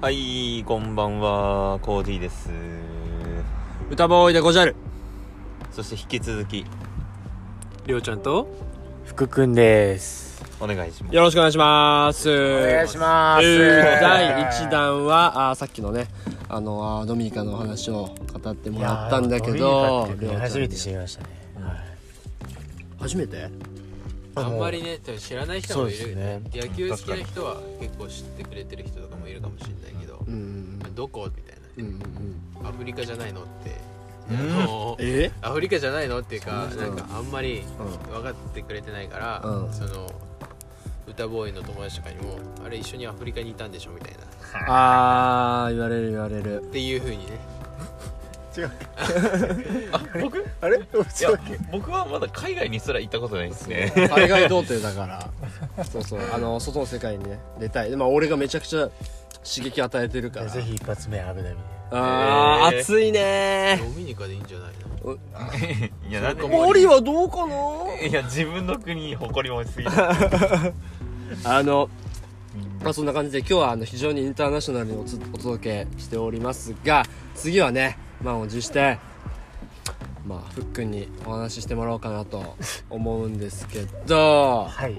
はい、こんばんは、コーディです。 歌ボーイでごじゃる。 そして引き続きりょうちゃんと福くんです。 お願いします。 よろしくお願いします。 お願いします。 第1弾はさっきのねドミニカのお話を語ってもらったんだけど、 初めて知りましたね、 初めてあんまりね知らない人もいる、 ね、 野球好きな人は結構知ってくれてる人とかもいるかもしれないけど、どこみたいな、アフリカじゃないのって、アフリカじゃないのっていうか、なんかあんまり分かってくれてないから、その歌ボーイの友達とかにもあれ一緒にアフリカにいたんでしょみたいな言われるっていう風にね。 違う僕あれ僕はまだ海外にすら行ったことないですね。 海外童貞だからそう外の世界にね出たい。でも俺がめちゃくちゃ刺激与えてるから、 ぜひ一発目アブダビで。 暑いねドミニカでいいんじゃないの。 いやなんでモリはどうかな。 いや自分の国に誇り持ちすぎるそんな感じで今日は非常にインターナショナルにお届けしておりますが、次はね満を持してふっくんにお話ししてもらおうかなと思うんですけどはい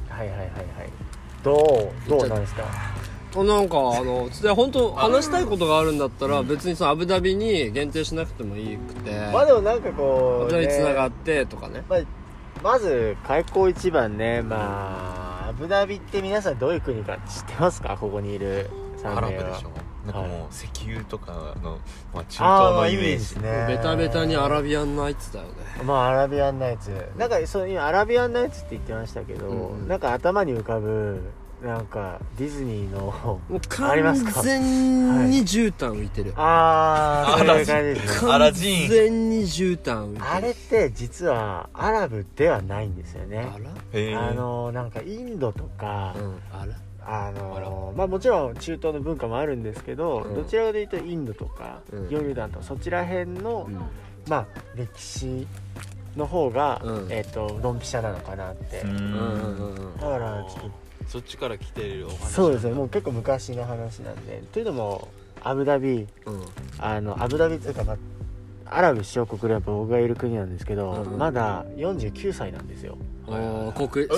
どうなんですか。 なんか本当話したいことがあるんだったら別にアブダビに限定しなくてもいいくて、 でもなんかこう、 アブダビつながってとかね、 まず開口一番ね、アブダビって皆さんどういう国か知ってますか。ここにいる3名はアラブでしょ。なんかもう石油とかの、中東のイメージですね。 ベタベタにアラビアンナイツだよね。 アラビアンナイツなんか今アラビアンナイツって言ってましたけど、なんか頭に浮かぶなんかディズニーのもうありますか。 完全に絨毯浮いてる、 そういう感じですね。 アラジン完全に絨毯浮いてる。 あれって実はアラブではないんですよね。なんかインドとか、もちろん中東の文化もあるんですけど、どちらかというとインドとか、ヨルダンとかそちら辺の、歴史の方が、ドンピシャなのかなって。だからちょっとそっちから来てるお話。 そうですね、もう結構昔の話なんで。というのもアブダビ、アブダビというか、アラブ首長国連邦、僕がいる国なんですけど、まだ49歳なんですよ。 建国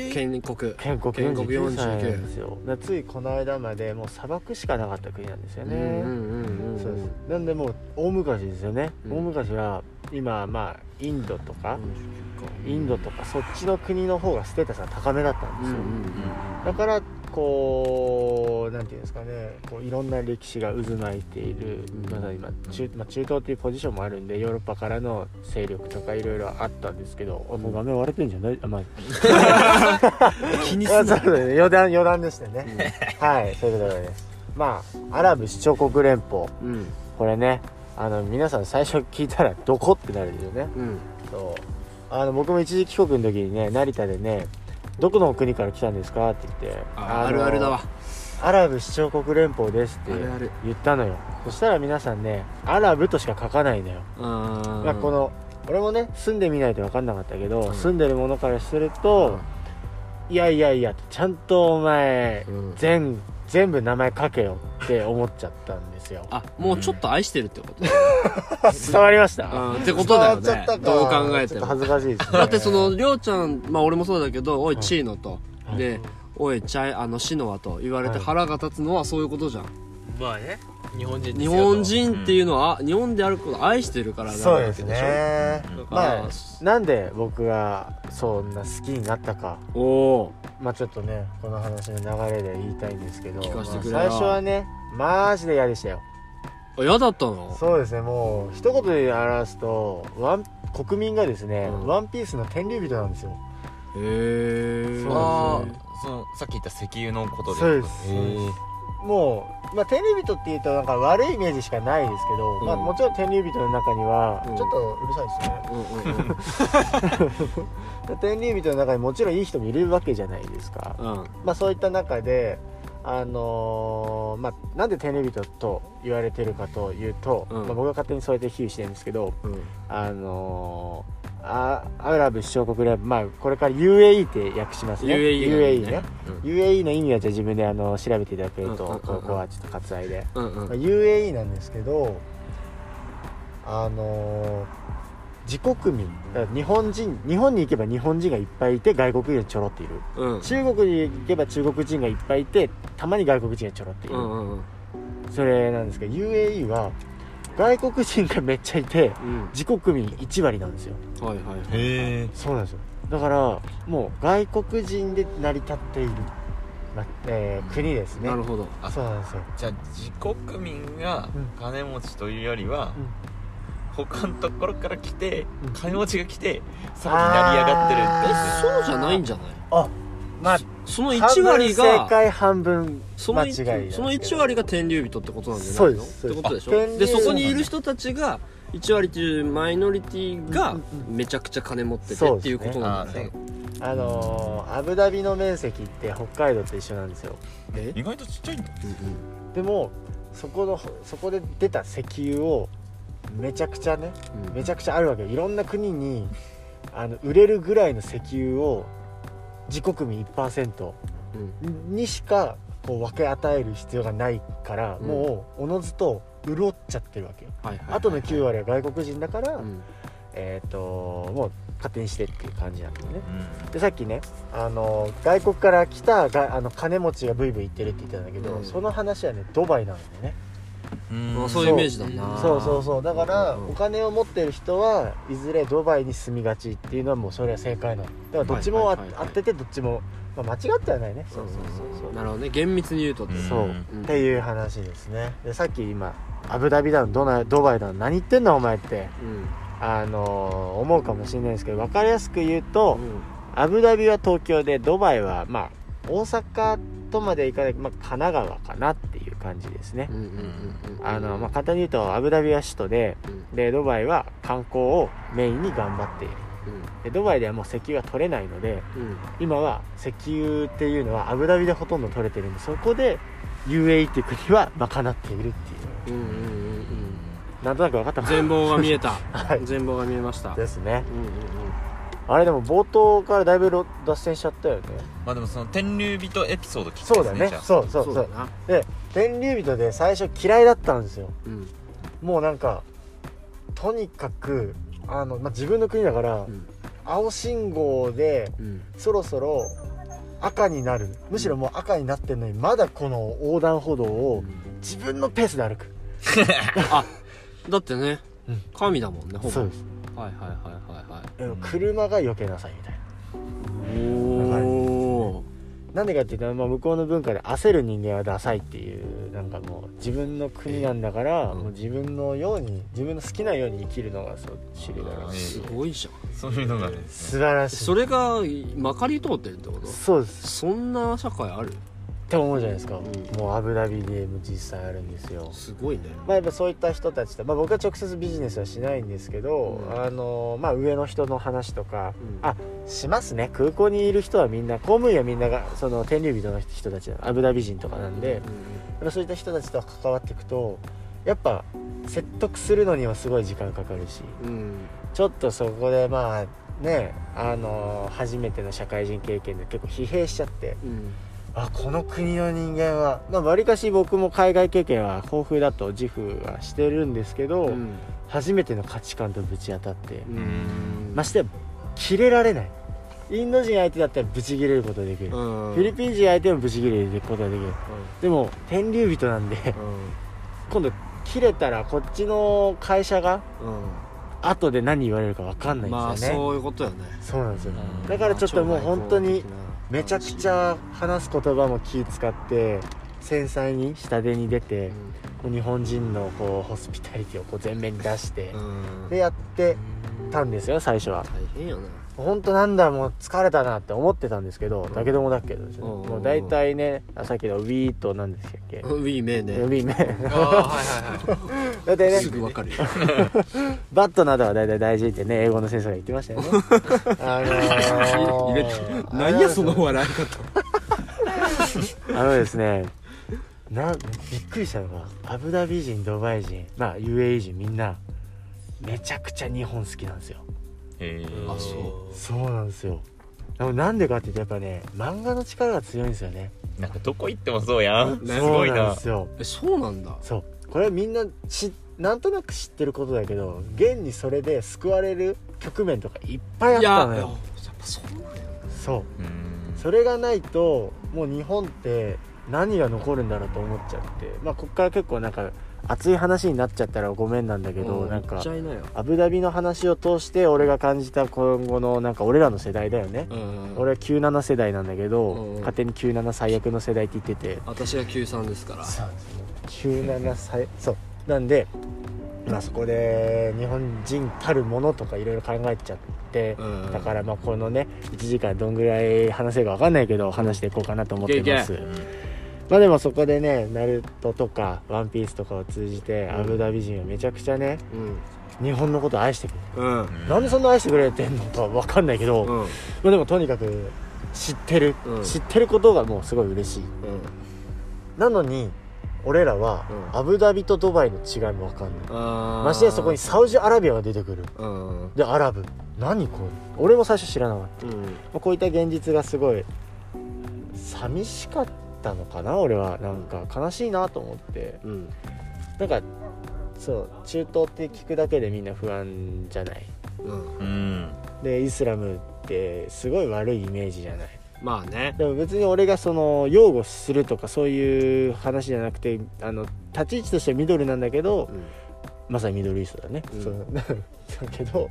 49歳なんですよ。ついこの間までもう砂漠しかなかった国なんですよね。そうです。なんでもう大昔ですよね。大昔は今インドとかそっちの国の方がステータスが高めだったんですよ。だからこうなんていうんですかね、こういろんな歴史が渦巻いている、今中東っていうポジションもあるんで、ヨーロッパからの勢力とかいろいろあったんですけど、もう画面割れてんじゃない？気にするな。余談でしたね。はい、そういうことです。アラブ首長国連邦、これね、皆さん最初聞いたらどこってなるんですよね。そう僕も一時帰国の時にね、成田でね、どこの国から来たんですかって言って、 あるあるだわ。 アラブ首長国連邦ですって言ったのよ。そしたら皆さんね、アラブとしか書かないのよ。この俺もね住んでみないと分かんなかったけど、住んでるものからすると、いやちゃんとお前、全部名前書けよって思っちゃったんですよ。 もうちょっと愛してるってこと伝わりました、 ってことだよね。どう考えてもちょっと恥ずかしいですね。 だってりょうちゃん、俺もそうだけど、おいチーノと、でおいシノワと言われて腹が立つのはそういうことじゃん。 日本人日本人っていうのは、日本であることを愛してるからそうですね。なんで僕がそんな好きになったか、ちょっとねこの話の流れで言いたいんですけど、最初はねマジで嫌でしたよ。 嫌だったの？ そうですね、もう一言で表すと国民がですね、ワンピースの天竜人なんですよ。 さっき言った石油のことで。 そうです。もう、天竜人っていうとなんか悪いイメージしかないですけど、もちろん天竜人の中には、ちょっとうるさいですね。天竜人の中にもちろんいい人もいるわけじゃないですか。そういった中でなんで天竜人と言われてるかというと、僕が勝手にそうやって比喩してるんですけど、 アラブ首長国連邦、まあこれから UAE って訳しますね。 UAE ね、UAE の意味はじゃあ自分で調べていただけると、ここはちょっと割愛で、UAE なんですけど、自国民、日本に行けば日本人がいっぱいいて外国人がちょろっといる、中国に行けば中国人がいっぱいいてたまに外国人がちょろっといる、それなんですけど、 UAE は外国人がめっちゃいて、自国民1割なんですよ。 はいはい。 へえ。 そうなんですよ。だからもう外国人で成り立っている、国ですね。 なるほど。 そうなんですよ。 じゃあ自国民が金持ちというよりは、他のところから来て、金持ちが来てさらに成り上がってるって。 そうじゃないんじゃない？ あ、まあその1割が正解、半分間違い。 その1割が天竜人ってことなんじゃないの？ そうです。 ってことでしょ。でそこにいる人たちが1割というマイノリティがめちゃくちゃ金持っててっていうことなんだよね。 アブダビの面積って北海道と一緒なんですよ。 意外とちっちゃいんだ。 でもそこで出た石油をめちゃくちゃあるわけ。いろんな国に売れるぐらいの石油を自国民 1% にしかこう分け与える必要がないから、もうおのずと潤っちゃってるわけよ。あとの9割は外国人だから、もう勝手にしてっていう感じなんだよね。でさっきね、外国から来た金持ちがブイブイ言ってるって言ってたんだけど、その話はねドバイなんだよね。 そういうイメージだな。 そうだからお金を持ってる人はいずれドバイに住みがちっていうのはもうそれは正解なの。だからどっちも合っててどっちも、間違ってはないね。そうなるほどね、厳密に言うとそうっていう話ですね。でさっき今アブダビだのドバイだの何言ってんだお前って思うかもしれないですけど、分かりやすく言うと、アブダビは東京でドバイは大阪とまで行かない、神奈川かなっていう感じですね。簡単に言うとアブダビは首都で、ドバイは観光をメインに頑張っている。でドバイではもう石油が取れないので、今は石油っていうのはアブダビでほとんど取れてるんで、そこで UAE っていう国は賄っているっていう、なんとなく分かった。 全貌が見えた、全貌が見えましたですね。あれでも冒頭からだいぶ脱線しちゃったよね。 でもその天竜人エピソード聞きたいですね。 そうだね。で天竜人で最初嫌いだったんですよ。もうなんかとにかく自分の国だから、青信号で、そろそろ赤になる、むしろもう赤になってるのにまだこの横断歩道を自分のペースで歩く。 だってね、神だもんね、ほぼ。 そうです。車が避けなさいみたいな。なんでかっていうと、向こうの文化で焦る人間はダサいっていう、なんかもう自分の国なんだから、もう自分の好きなように生きるのがそう主流だから。 すごいじゃん。 そういうのがね、 素晴らしい。 それがまかり通ってるってこと？ そうです。 そんな社会ある？ って思うじゃないですか。もうアブダビでも実際あるんですよ。 すごいね。 やっぱそういった人たちと、僕は直接ビジネスはしないんですけど、上の人の話とか、しますね。空港にいる人はみんな、公務員はみんながその天竜人の人たち、アブダビ人とかなんで、やっぱそういった人たちと関わっていくと、やっぱ説得するのにはすごい時間かかるし、ちょっとそこで初めての社会人経験で結構疲弊しちゃって、この国の人間は、わりかし僕も海外経験は豊富だと自負はしてるんですけど、初めての価値観とぶち当たって、ましてやキレられない。インド人相手だったらブチ切れることができる、フィリピン人相手もブチ切れることができる、でも天竜人なんで、今度切れたらこっちの会社が、後で何言われるか分かんないんですよね。 そういうことよね。 そうなんですよ、だからちょっともう本当にめちゃくちゃ話す言葉も気使って繊細に下手に出て、日本人のホスピタリティを前面に出して、でやってたんですよ最初は。 大変よね。 本当なんだもう疲れたなって思ってたんですけど、だけどももう大体ね、さっきのウィーと何でしたっけ、 ウィーメーね、 ウィーメ大体ねすぐ分かるよ。 バットなどは大体大事ってね、英語の先生が言ってましたよね。 何やその笑い方。 ですね、びっくりしたのが、アブダビ人、ドバイ人、UAE 人みんなめちゃくちゃ日本好きなんですよ。 あ、 そうなんですよ。でもなんでかって言うとやっぱね漫画の力が強いんですよね。 なんかどこ行ってもそうやん、 ね、 すごいな。 そうなんですよ。 そうなんだ。 そうこれはみんななんとなく知ってることだけど現にそれで救われる局面とかいっぱいあったのよ。 やっぱそうなんだよね。 そうそれがないともう日本って何が残るんだろうと思っちゃって、まあこっから結構なんか熱い話になっちゃったらごめんなんだけど、なんかアブダビの話を通して俺が感じた今後のなんか俺らの世代だよね、俺は97世代なんだけど、勝手に97最悪の世代って言ってて、 私が93ですから。 97歳そうなんで、まあそこで日本人たるものとかいろいろ考えちゃって、だからまあこのね1時間どんぐらい話せるか分かんないけど話していこうかなと思ってます。まあでもそこでねナルトとかワンピースとかを通じて、アブダビ人はめちゃくちゃね、日本のことを愛してくれる、なんでそんな愛してくれてんのかは分かんないけど、まあでもとにかく知ってることがもうすごい嬉しい、なのに俺らはアブダビとドバイの違いも分かんない、ましてやそこにサウジアラビアが出てくる、でアラブ何これ俺も最初知らなかった、まあ、こういった現実がすごい寂しかったのかな。俺はなんか悲しいなと思って、なんかそう中東って聞くだけでみんな不安じゃない、でイスラムってすごい悪いイメージじゃない。 まあね。 でも別に俺がその擁護するとかそういう話じゃなくて、立ち位置としてはミドルなんだけど、まさにミドルイーストだね、そうだけど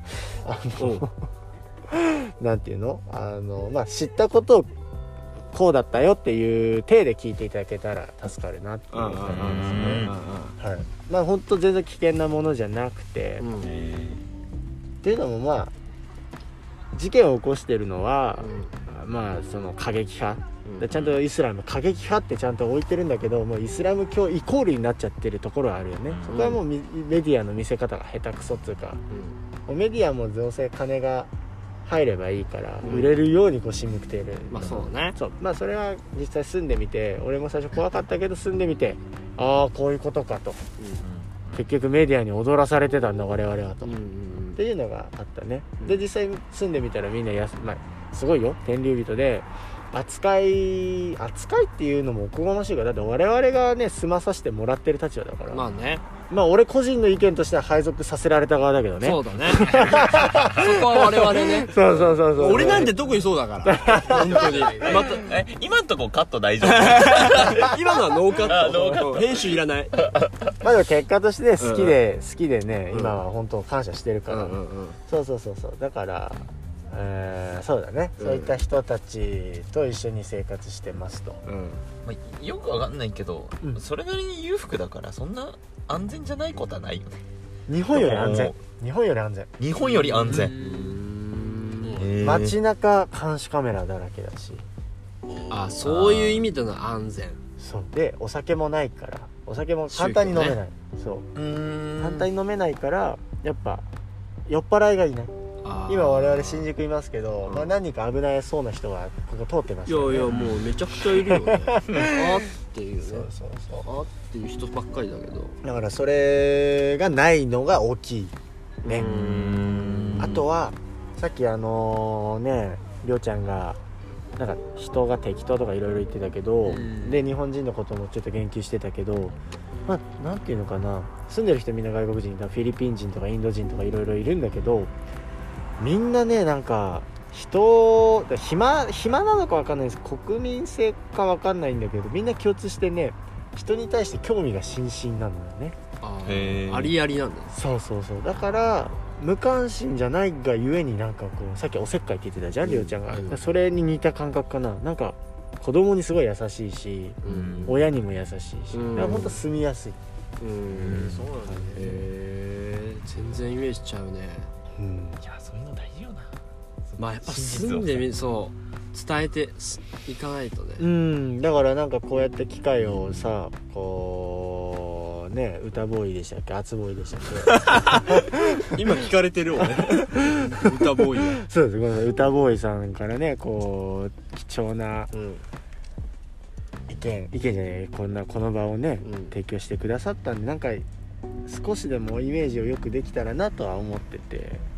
なんていうのまあ知ったことをこうだったよっていう体で聞いていただけたら助かるなっていう感じですね。はい。まあ本当全然危険なものじゃなくて、っていうのもまあ事件を起こしてるのは、まあその過激派、ちゃんとイスラム過激派ってちゃんと置いてるんだけど、もうイスラム教イコールになっちゃってるところはあるよね。そこはもうメディアの見せ方が下手くそっていうか、メディアもどうせ金が入ればいいから売れるようにこう仕向けてる、 まあそうね。 そうまあそれは実際住んでみて、俺も最初怖かったけど住んでみて、ああこういうことかと、結局メディアに踊らされてたんだ我々はと、っていうのがあったね。で実際住んでみたらみんなまあ、すごいよ天竜人で、扱いっていうのもおこがましいから、だって我々がね済まさせてもらってる立場だから、 まあね、 まあ俺個人の意見としては配属させられた側だけどね。 そうだねそこは我々ねそう俺なんて特にそうだから本当に今んとこカット大丈夫今のはノーカット編集いらない。 まあでも結果として好きでね、今は本当感謝してるから、そうだからそうだね、そういった人たちと一緒に生活してますと、 まあ、よくわかんないけど、それなりに裕福だからそんな安全じゃないことはないよね。 日本より安全。 日本より安全。 街中監視カメラだらけだし、 そういう意味での安全。 そうでお酒もないから、お酒も簡単に飲めない、簡単に飲めないからやっぱ酔っ払いがいない。今我々新宿いますけど、まあ、何人か危ないそうな人がここ通ってましたね。 いやもうめちゃくちゃいるよねっていうね、そうっていう人ばっかりだけど、 だからそれがないのが大きいね。あとはさっきりょうちゃんがなんか人が適当とかいろいろ言ってたけど、で日本人のこともちょっと言及してたけど、まあなんていうのかな、住んでる人みんな外国人だ、フィリピン人とかインド人とかいろいろいるんだけど、みんなねなんか暇なのか分かんないです。国民性か分かんないんだけど、みんな共通してね人に対して興味が津々なのよね。 ありありなんだ。 そうだから無関心じゃないがゆえになんかこうさっきおせっかいって言ってたじゃん、りょうちゃんが、それに似た感覚かな。なんか子供にすごい優しいし、親にも優しいし、だからほんと住みやすい。 そうなんだね。全然イメージちゃうね。 いやそういうの大事よな。 まあやっぱ住んでみ伝えていかないとね。だからなんかこうやって機会をさ、こうね、歌ボーイでしたっけ、厚ボーイでしたっけ今聞かれてるわね歌ボーイそうです、ごめんなさい、歌ボーイさんからねこう貴重な、意見じゃないこの場をね、提供してくださったんで、なんか少しでもイメージをよくできたらなとは思ってて、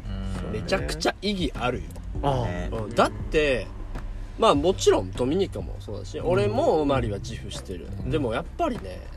めちゃくちゃ意義あるよ。 ああ、だってまあもちろんドミニカもそうだし、俺もマリは自負してる。でもやっぱりね、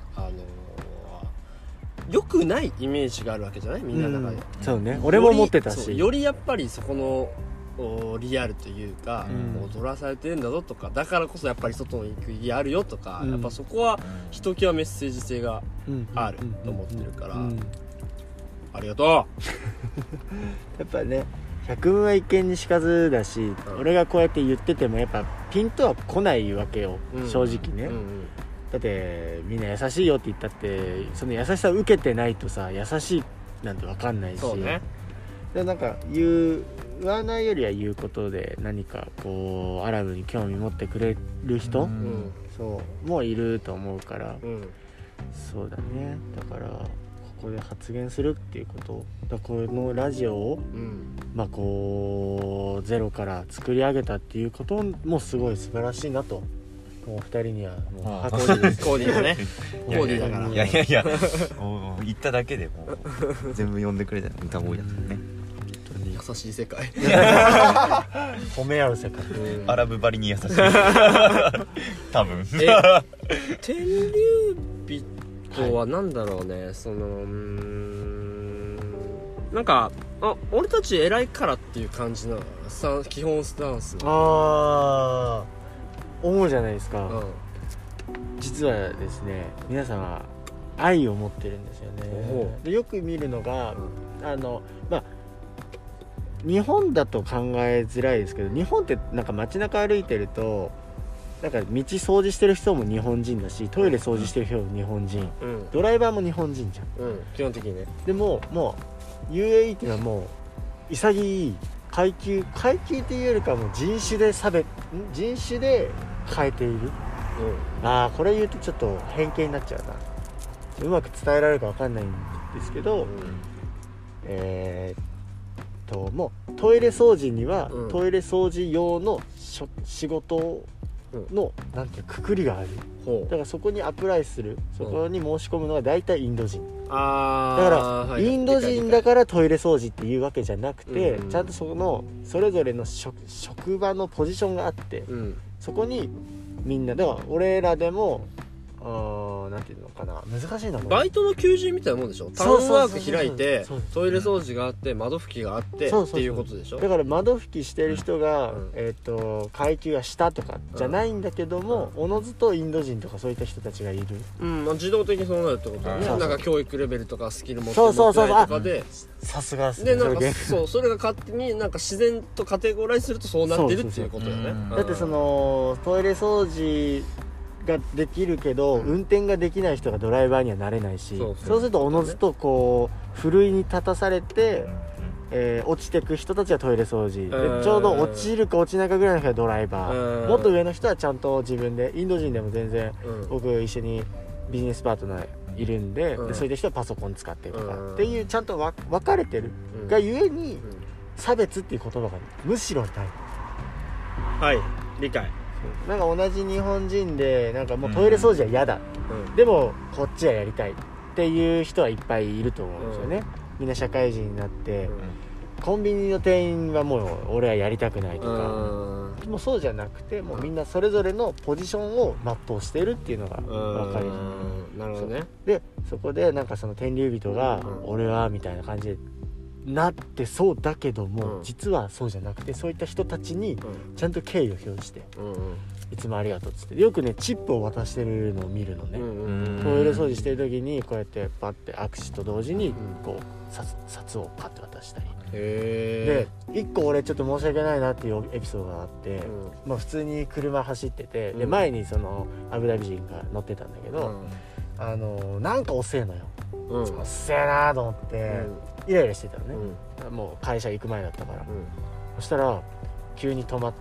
良くないイメージがあるわけじゃない、みんなの中で。 そうね、俺も思ってたし、 よりやっぱりそこのリアルというか、踊らされてるんだぞとか、だからこそやっぱり外の行く意義あるよとか、やっぱそこはひときわメッセージ性があると思ってるから、ありがとう。 やっぱね、百聞は一見にしかずだし、俺がこうやって言っててもやっぱピンとは来ないわけよ、正直ね。だってみんな優しいよって言ったって、その優しさを受けてないとさ、優しいなんて分かんないし、 ね、 でなんか言わないよりは言うことで何かこうアラブに興味持ってくれる人、そうもういると思うから、そうだね。だからここで発言するっていうことだ、このラジオを、まあこうゼロから作り上げたっていうこともすごい素晴らしいなと。もう2人にはもうコーディーだね。コーディーだから。 いやもう言っただけでもう全部読んでくれた歌多いやつね。 優しい世界。 褒め合う世界。 アラブばりに優しい。多分。 天竜人はなんだろうね、そのなんか俺たち偉いからっていう感じの基本スタンス。 ああ、思うじゃないですか。実はですね、皆さんは愛を持ってるんですよね。でよく見るのが、まあ日本だと考えづらいですけど、日本ってなんか街中歩いてるとなんか道掃除してる人も日本人だし、トイレ掃除してる人も日本人、ドライバーも日本人じゃん、 基本的にね。 でももう UAE っていうのはもう潔い階級っていうよりかはもう人種で変えている、これ言うとちょっと偏見になっちゃうな、うまく伝えられるか分かんないんですけど、もうトイレ掃除には、トイレ掃除用の仕事のなんていうくくりがある、だからそこにアプライする、そこに申し込むのは大体インド人、だからインド人だからトイレ掃除っていうわけじゃなくて、ちゃんとそれぞれの職場のポジションがあって、そこにみんなだから俺らでもなんていうのかな、難しいな、 バイトの求人みたいなもんでしょ。タウンワーク開いてトイレ掃除があって窓拭きがあってっていうことでしょ。 だから窓拭きしてる人が、階級が下とかじゃないんだけども、おのずとインド人とかそういった人たちがいる、 自動的にそうなるってことだね。なんか教育レベルとかスキル持ってそうないとかで、 さすがですね。 でなんかそれが勝手になんか自然とカテゴライズするとそうなってるっていうことだよね。 だってそのトイレ掃除ができるけど、運転ができない人がドライバーにはなれないし、そうするとおのずとこうふるいに立たされて、落ちてく人たちはトイレ掃除で、ちょうど落ちるか落ちないかぐらいの人はドライバー、もっと上の人はちゃんと自分で、インド人でも全然、僕一緒にビジネスパートナーいるんで、そういった人はパソコン使ってとか、っていうちゃんと分かれてる、がゆえに差別っていう言葉がむしろない。 はい、理解。 なんか同じ日本人でなんかもうトイレ掃除は嫌だ、でもこっちはやりたいっていう人はいっぱいいると思うんですよね、みんな社会人になって、コンビニの店員はもう俺はやりたくないとか、もうそうじゃなくて、もうみんなそれぞれのポジションを全うしてるっていうのが分かる。 なるほどね。 でそこでなんかその天竜人が俺はみたいな感じでなってそうだけども、実はそうじゃなくて、そういった人たちにちゃんと敬意を表して、いつもありがとうっつって、よくねチップを渡してるのを見るのね、トイレ掃除してる時にこうやってパッて握手と同時にこう札をパッて渡したり、で一個俺ちょっと申し訳ないなっていうエピソードがあって、まあ普通に車走ってて、で前にそのアブダビ人が乗ってたんだけど、なんか遅えのよ、遅えなと思って、イライラしてたのね、もう会社行く前だったから、そしたら急に止まって、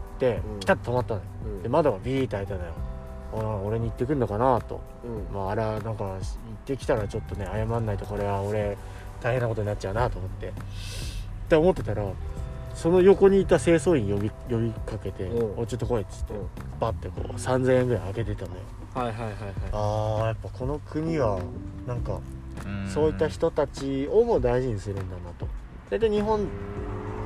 ピタッと止まったのよ、で窓がビーッと開いたのよ。俺に言ってくんのかなと、あれはなんか言ってきたらちょっとね謝んないとこれは俺大変なことになっちゃうなと思って思ってたら、その横にいた清掃員呼びかけて、おちょっと来いっつって、バッてこう3000円ぐらい開けてたのよ。やっぱこの国はなんかそういった人たちをも大事にするんだなと。大体日本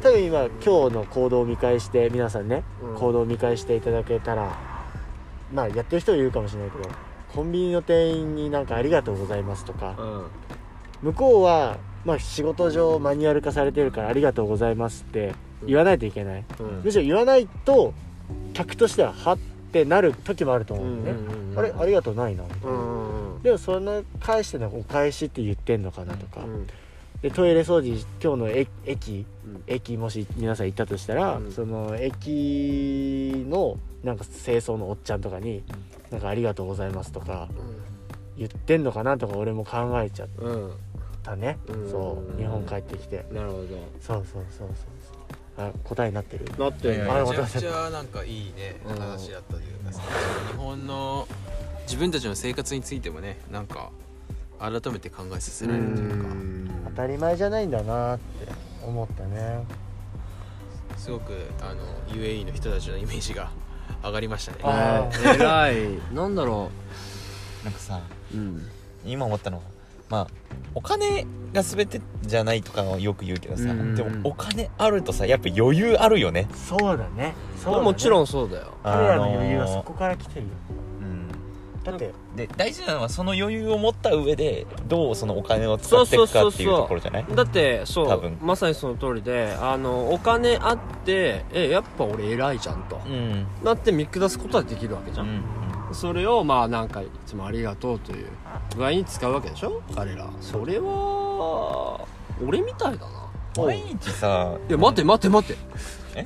多分今日の行動を見返して皆さんね、行動を見返していただけたら、まあやってる人はいるかもしれないけど、コンビニの店員になんかありがとうございますとか、向こうはまあ仕事上マニュアル化されてるからありがとうございますって言わないといけない、むしろ言わないと客としてははってなる時もあると思うんだよね、あれありがとうないなみたいな、でもその返してのお返しって言ってんのかなとか、でトイレ掃除今日の駅もし皆さん行ったとしたら、その駅のなんか清掃のおっちゃんとかになんかありがとうございますとか言ってんのかなとか俺も考えちゃったね、そう日本帰ってきて、 なるほど、 そうあ答えになってる、 なってる、 めちゃくちゃなんかいいね話だったというかさ、日本の自分たちの生活についてもね、なんか改めて考えさせられるというか、 当たり前じゃないんだなって思ったね。 すごくUAE の人たちのイメージが上がりましたね。 偉いなんだろう、なんかさ、今思ったのは、まあお金が全てじゃないとかはよく言うけどさ、でもお金あるとさやっぱ余裕あるよね。 そうだね、 もちろんそうだよ。 彼らの余裕はそこから来てるよ。だってで大事なのはその余裕を持った上でどうそのお金を使っていくかっていうところじゃない？ だってそう多分まさにその通りで、お金あってやっぱ俺偉いじゃんと、なって見下すことはできるわけじゃん、それをまあなんかいつもありがとうという具合に使うわけでしょ彼ら。それは俺みたいだな。 毎日さ、 いや待てえ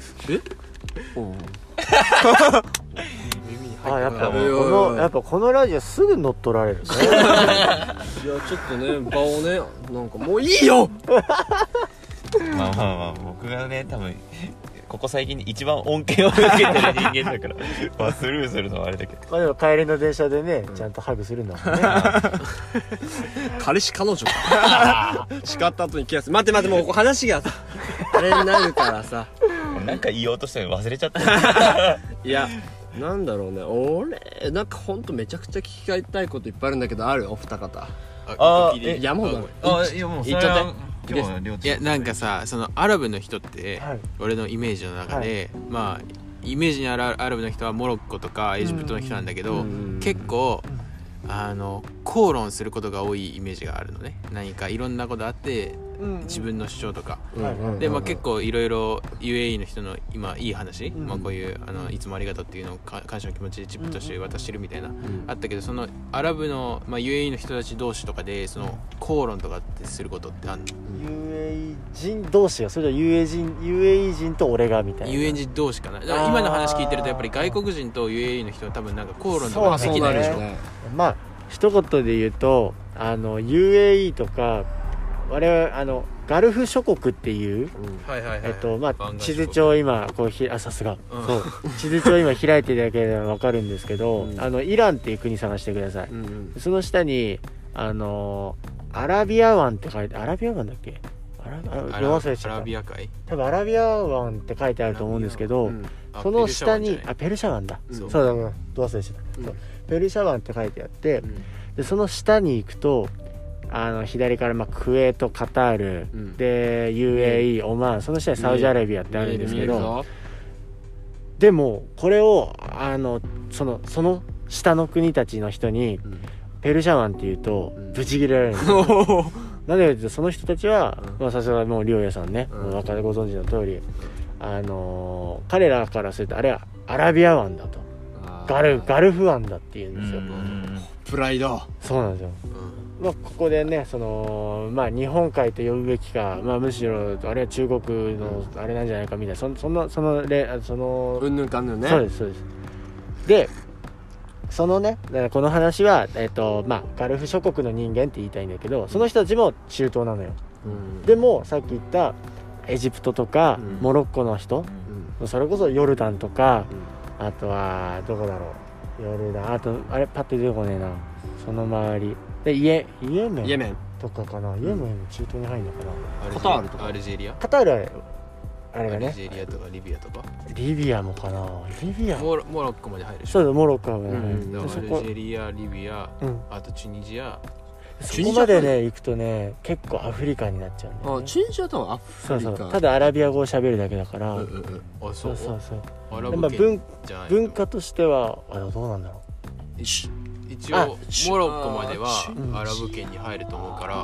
やっぱこのラジオすぐ乗っ取られるね。 いやちょっとね場をねなんかもういいよ。 まあ僕がね多分ここ最近一番恩恵を受けてる人間だからまあスルーするのはあれだけど、 まあでも帰りの電車でね、ちゃんとハグするんだもんね。 彼氏彼女か叱った後に気がする。待てもう話があれになるからさなんか言おうとしても忘れちゃったいやなんだろうね、俺なんかほんとめちゃくちゃ聞き返ったいこといっぱいあるんだけど、あるお二方。いやもういやもう言っちゃって。 いやなんかさ、そのアラブの人って、俺のイメージの中で、まあイメージにあるアラブの人はモロッコとかエジプトの人なんだけど、結構口論することが多いイメージがあるのね。何かいろんなことあって自分の主張とか、でまあ結構いろいろ UAE の人の今いい話、まあこういういつもありがとうっていうのを感謝の気持ちでチップとして渡してるみたいな、あったけど、そのアラブの、まあ、UAE の人たち同士とかでその口論とかってすることってあるの？ UAE 人同士が、それと UAE 人と俺がみたいな。 UAE 人同士かな。だから今の話聞いてるとやっぱり外国人と UAE の人は多分なんか口論とかできないでしょ。 まあ一言で言うとUAE とか我々ガルフ諸国っていうまあ地図帳今こうさすが、そう地図帳今開いていただければ分かるんですけど、イランっていう国探してください、その下にアラビア湾って書いて、アラビア湾だっけ、 アラビア海、 多分アラビア湾って書いてあると思うんですけど、その下にペルシャ湾だ、そうだど忘れしてた、ペルシャ湾って書いてあって、でその下に行くと左からまあクウェート、カタール、で UAE、オマーン、その下にサウジアラビアってあるんですけど、でもこれをその下の国たちの人にペルシャ湾っていうとブチギレられるんですよなんでかというと、その人たちはまあさすがもう亮也さんね、ご存知の通り彼らからするとあれはアラビア湾だと、ガルフ湾だっていうんですよ。 プライド。 そうなんですよ。まあここでね、まあ日本海と呼ぶべきか、まあむしろあれは中国のあれなんじゃないかみたいな、そのうんぬんかんぬんね。 そうです。でそのね、この話はまあガルフ諸国の人間って言いたいんだけど、その人たちも中東なのよ。でもさっき言ったエジプトとかモロッコの人、それこそヨルダンとか、あとはどこだろう、ヨルダン、あとあれパッと出てこねえな、その周りでイエメンとかかな、イエメンも中東に入るのかな、 カタールとかアルジェリア、 カタールはあれがね、 アルジェリアとかリビアとか、 リビアもかな、リビアモロッコまで入るでしょ。 そうだ、モロッコまで入る、 アルジェリア、リビア、あとチュニジア、 そこまでね行くとね結構アフリカになっちゃうんだよね。 チュニジアとはアフリカ。 そうそう、ただアラビア語を喋るだけだから、 あそうそうそうアラブ圏じゃない文化としてはどうなんだろう。 一応モロッコまではアラブ圏に入ると思うから、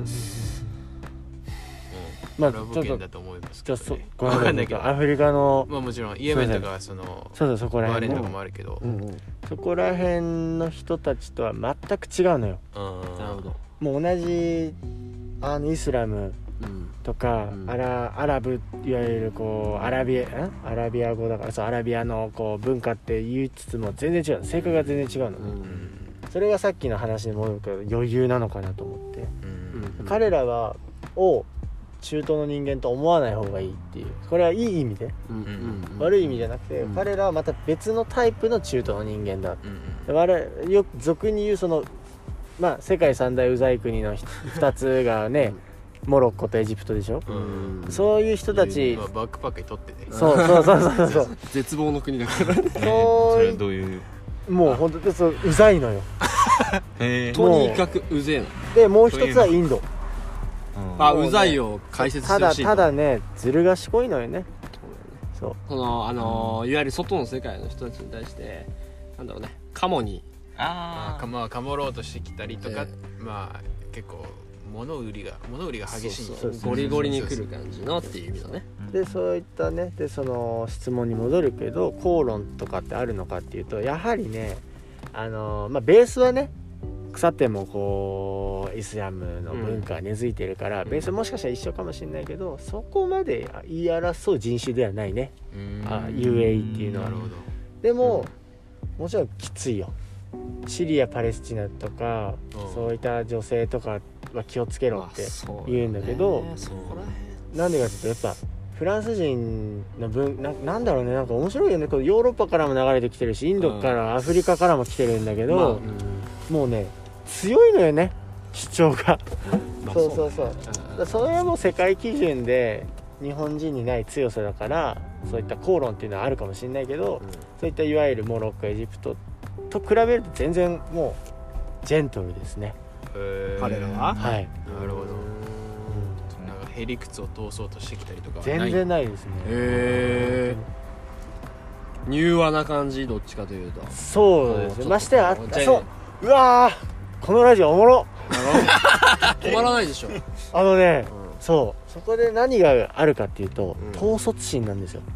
まあアラブ圏だと思いますけど、ね、 ごめんなさい、アフリカのまあもちろんイエメンとかそこら辺とかもあるけど、 そこら辺の人たちとは全く違うのよ。 なるほど。 もう同じイスラムとか、アラブいわゆるこうアラビア語だからさ、アラビアのこう文化って言いつつも全然違う、性格が全然違うのね、それがさっきの話に戻るけど余裕なのかなと思って、彼らは中東の人間と思わない方がいいっていう、これはいい意味で、悪い意味じゃなくて、彼らはまた別のタイプの中東の人間だ、よく俗に言うそのまあ世界三大うざい国の2つがねモロッコとエジプトでしょ、そういう人たち、 バックパックにとってね、 そう絶望の国だからね。 それはどういう、 もう本当にうざいのよとにかくうぜえので、もう一つはインド。 うざいを解説してほしい。 ただね、ずる賢いのよね。 そのいわゆる外の世界の人たちに対してなんだろうね、カモにかもろうとしてきたりとか、まあ結構物売りが激しい、 ゴリゴリに来る感じのっていう意味のね。 でそういったね、でその質問に戻るけど、口論とかってあるのかっていうと、やはりね、ベースはね、腐ってもこうイスラムの文化が根付いてるから、ベースはもしかしたら一緒かもしれないけど、そこまで言い争う人種ではないね、UAE っていうのは。でも、もちろんきついよ。シリアパレスチナとか、そういった女性とかは気をつけろって言うんだけど、なんでかっていうと、やっぱフランス人のなんだろうね、なんか面白いよね。こうヨーロッパからも流れてきてるし、インドからアフリカからも来てるんだけど、もうね強いのよね、主張が。そうそれはもう世界基準で日本人にない強さだから、そういった口論っていうのはあるかもしれないけど、そういったいわゆるモロッコ、エジプトと比べると全然もうジェントルですね、 彼らは。 はい、 なるほど。なんかへりくつを通そうとしてきたりとかは全然ないですね。 柔和な感じ、どっちかというと。 そうですね。ましてやうわー、このラジオおもろ止まらないでしょ。 そこで何があるかっていうと、統率心なんですよ。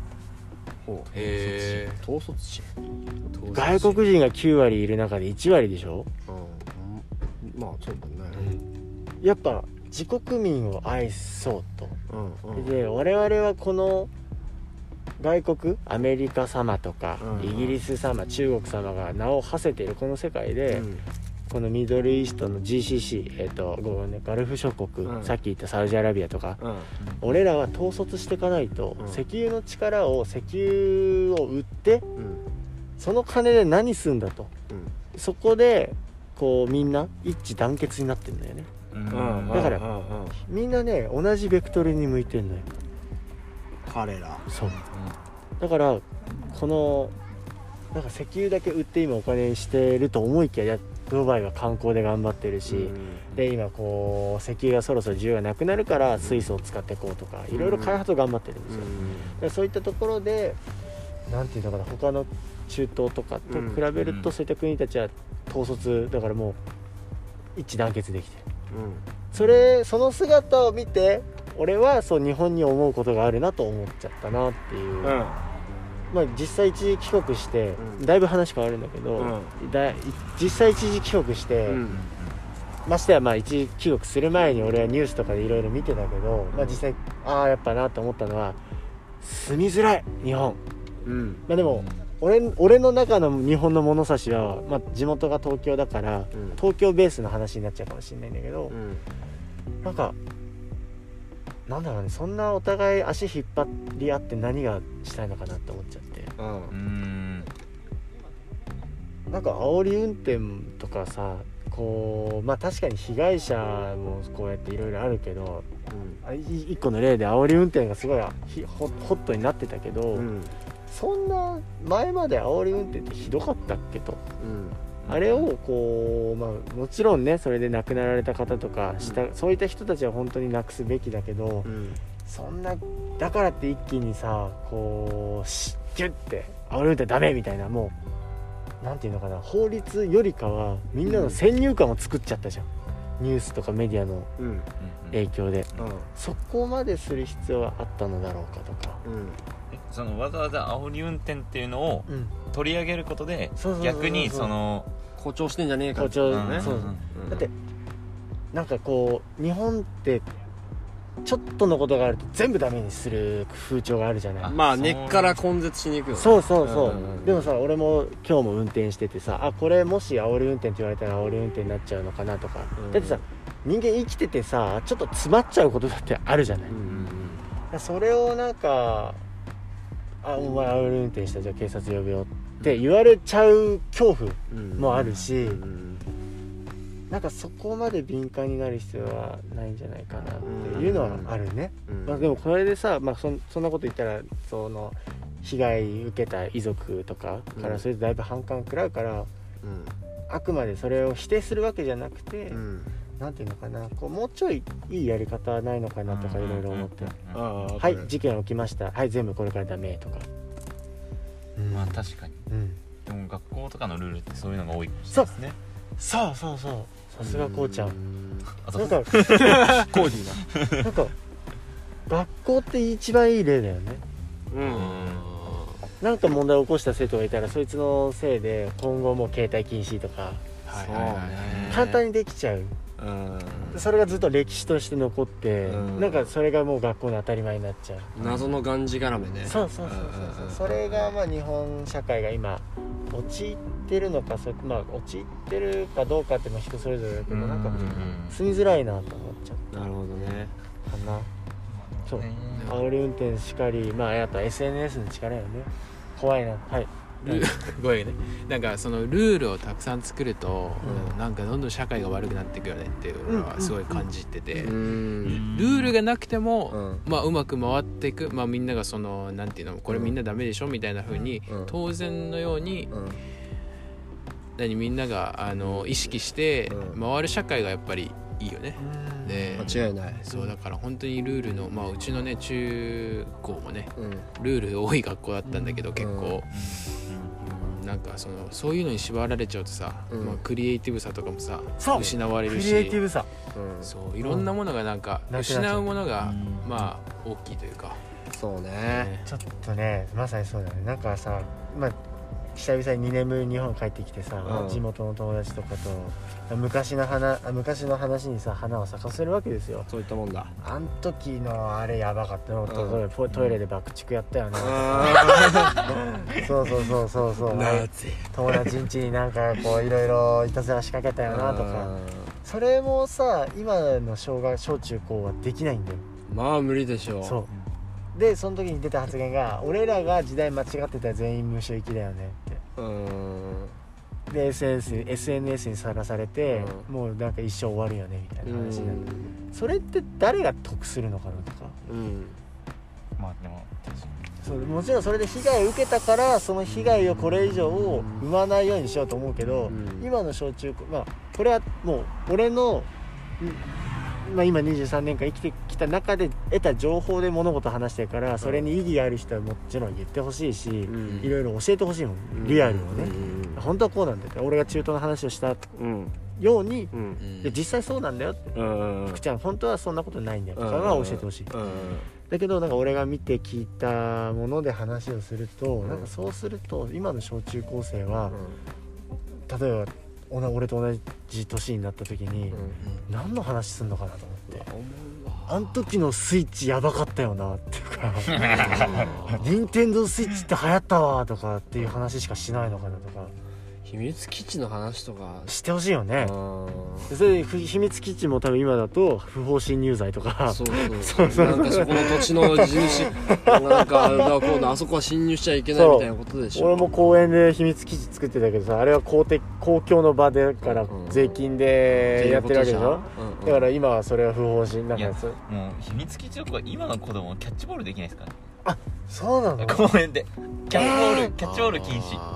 統率心。 外国人が9割いる中で1割でしょ。 まあそうだね。 やっぱ自国民を愛そうと、で我々はこの外国、アメリカ様とか、イギリス様、中国様が名を馳せているこの世界で、このミドルイーストの GCC、ガルフ諸国、さっき言ったサウジアラビアとか、俺らは統率していかないと、石油の力を石油を売って、その金で何するんだと、そこでこうみんな一致団結になってるんだよね。だからみんなね、同じベクトルに向いてるのよ、 彼ら。 そうだから、このなんか石油だけ売って今お金にしてると思いきや、ドバイは観光で頑張ってるし、で今こう石油がそろそろ需要がなくなるから水素を使っていこうとか、いろいろ開発を頑張ってるんですよ。でそういったところで、なんていうのかな、他の中東とかと比べると、そういった国たちは統率だから、もう一致団結できてる、その姿を見て、俺はそう日本に思うことがあるなと思っちゃったなっていう、実際一時帰国して、だいぶ話変わるんだけど、実際一時帰国して、ましてや一時帰国する前に俺はニュースとかでいろいろ見てたけど、実際やっぱなと思ったのは、住みづらい日本、でも俺の中の日本の物差しは、地元が東京だから、東京ベースの話になっちゃうかもしれないんだけど、なんかなんだろうね、そんなお互い足引っ張り合って何がしたいのかなって思っちゃって、なんか煽り運転とかさ、こう確かに被害者もこうやっていろいろあるけど、一個の例で煽り運転がすごいホットになってたけど、そんな前まで煽り運転ってひどかったっけと、 あれをこう、もちろんねそれで亡くなられた方とかそういった人たちは本当になくすべきだけど、そんなだからって一気にさこうギュッて煽り運転ダメみたいな、もうなんていうのかな、法律よりかはみんなの先入観を作っちゃったじゃん、ニュースとかメディアの影響で、そこまでする必要はあったのだろうかとか、 そのわざわざ煽り運転っていうのを取り上げることで逆にその誇張してんじゃねえか誇張ね、だってなんかこう日本ってちょっとのことがあると全部ダメにする風潮があるじゃない。 まあ根っから根絶しに行くよね。 そうそうそう、でもさ俺も今日も運転しててさ、これもし煽り運転って言われたら煽り運転になっちゃうのかなとか、だってさ人間生きててさちょっと詰まっちゃうことだってあるじゃない、それをなんかお前煽り運転したじゃあ警察呼ぶよって言われちゃう恐怖もあるし、なんかそこまで敏感になる必要はないんじゃないかなっていうのはあるね、でもこれでさ、そんなこと言ったらその被害受けた遺族とかからそれでだいぶ反感食らうから、あくまでそれを否定するわけじゃなくて、なんていうのかな、こうもうちょいいいやり方はないのかなとかいろいろ思って、はい事件起きました、はい全部これからダメとか、 まあ確かに、でも学校とかのルールってそういうのが多いですね。 そうさすがこうちゃん、なんかコーディーなんか学校って一番いい例だよね。なんか問題を起こした生徒がいたらそいつのせいで今後もう携帯禁止とか、簡単にできちゃう、それがずっと歴史として残って、なんかそれがもう学校の当たり前になっちゃう、 謎のがんじがらめね。 そうそれがまあ日本社会が今陥ってるのか、陥ってるかどうかって人それぞれだけど、なんか住みづらいなと思っちゃう。 なるほどね。 かな。そう煽り運転しかり、あと SNS の力よね。怖いな。はい。 ごめんね。なんかそのルールをたくさん作ると、なんかどんどん社会が悪くなっていくよねっていうのはすごい感じてて、ルールがなくても、うまく回っていく、みんながそのなんていうの、これみんなダメでしょみたいな風に、当然のように、みんなが意識して回る社会がやっぱりいいよね。で間違いない。 そうだから本当にルールの、うちのね中高もね、ルール多い学校だったんだけど、結構、なんかそういうのに縛られちゃうとさ、クリエイティブさとかもさ失われるし、 クリエイティブさ、 そういろんなものがなんか失うものが大きいというか、 そうね、 ちょっとねまさにそうだね。なんかさ、久々に2年ぶりに日本帰ってきてさ、地元の友達とかと昔の話にさ花を咲かせるわけですよ。 そういったもんだ。 あん時のあれやばかったの、トイレで爆竹やったよね。そう友達ん家になんかこういろいろいたずら仕掛けたよなとか、それもさ今の小中高はできないんだよ。 無理でしょう。 そうでその時に出た発言が、俺らが時代間違ってたら全員無償行きだよねって。で SNS にさらされて、もうなんか一生終わるよねみたいな話になって、それって誰が得するのかなとか、 でもそうもちろんそれで被害を受けたからその被害をこれ以上生まないようにしようと思うけど、今の小中高、これはもう俺の今23年間生きてきた中で得た情報で物事を話してるから、それに意義がある人はもちろん言ってほしいし、いろいろ教えてほしいもん、リアルをね、本当はこうなんだよって、俺が中東の話をしたように、で実際そうなんだよって、福ちゃん本当はそんなことないんだよとかは教えてほしい。だけどなんか俺が見て聞いたもので話をすると、なんかそうすると今の小中高生は、例えば俺と同じ年になった時に、何の話すんのかなと思って、あん時のスイッチやばかったよなっていうか任天堂スイッチって流行ったわとかっていう話しかしないのかなとか、 秘密基地の話とかしてほしいよね。それで秘密基地も多分今だと不法侵入罪とか、 そうなんかそこの土地の地主なんかあそこは侵入しちゃいけないみたいなことでしょ。 俺も公園で秘密基地作ってたけどさ、あれは公共の場でから税金でやってるわけでしょ。だから今はそれは不法侵入、なんかもう秘密基地とか今の子供キャッチボールできないですからね。 そうなの。 公園でキャッチボール禁止。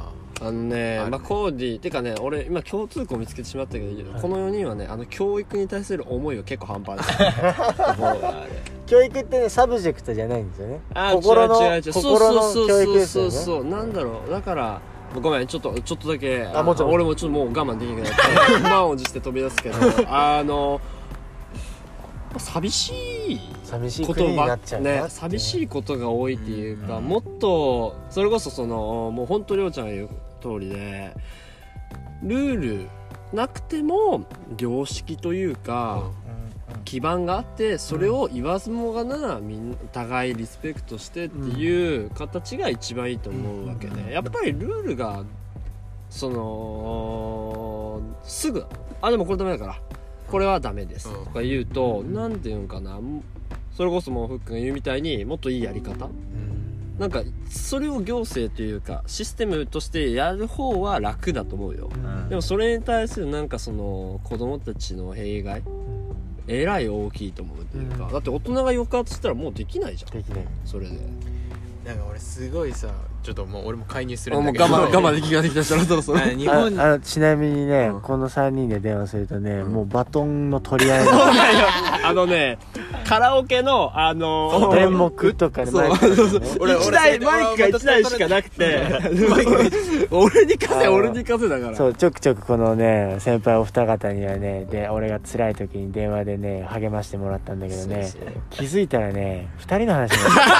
コーディてかね、俺今共通項見つけてしまったけど、この4人はね教育に対する思いは結構半端ない教育ってねサブジェクトじゃないんですよね。 心の教育ですよね。 そうなんだろう、だからごめんちょっとだけもちろん俺もちょっともう我慢できなくなって満を持して飛び出すけど寂しい国になっちゃうね、寂しいことが多いっていうか、もっとそれこそもう本当りょうちゃんが言う通りで、ルールなくても良識というか、基盤があって、それを言わずもがなみんな互いリスペクトしてっていう形が一番いいと思うわけで、やっぱりルールがすぐでもこれダメだからこれはダメですとか言うと、なんていうんかな、それこそもうフックが言うみたいにもっといいやり方、なんかそれを行政というかシステムとしてやる方は楽だと思うよ、でもそれに対するなんか子供たちの弊害えらい大きいと思うっていうか、だって大人が抑圧したらもうできないじゃん。 できない。 それでなんか俺すごいさ、ちょっともう俺も介入するんだけど、 もう我慢できなくなってきたし、そろそろ日本ちなみにね、この3人で電話するとね、もうバトンの取り合いそうなんよカラオケの電目とかでマイク 1台マイクが1台しかなくて俺に貸せだから。 そうちょくちょくこのね先輩お二方にはね、で俺が辛い時に電話でね励ましてもらったんだけどね、気づいたらね2人の話になった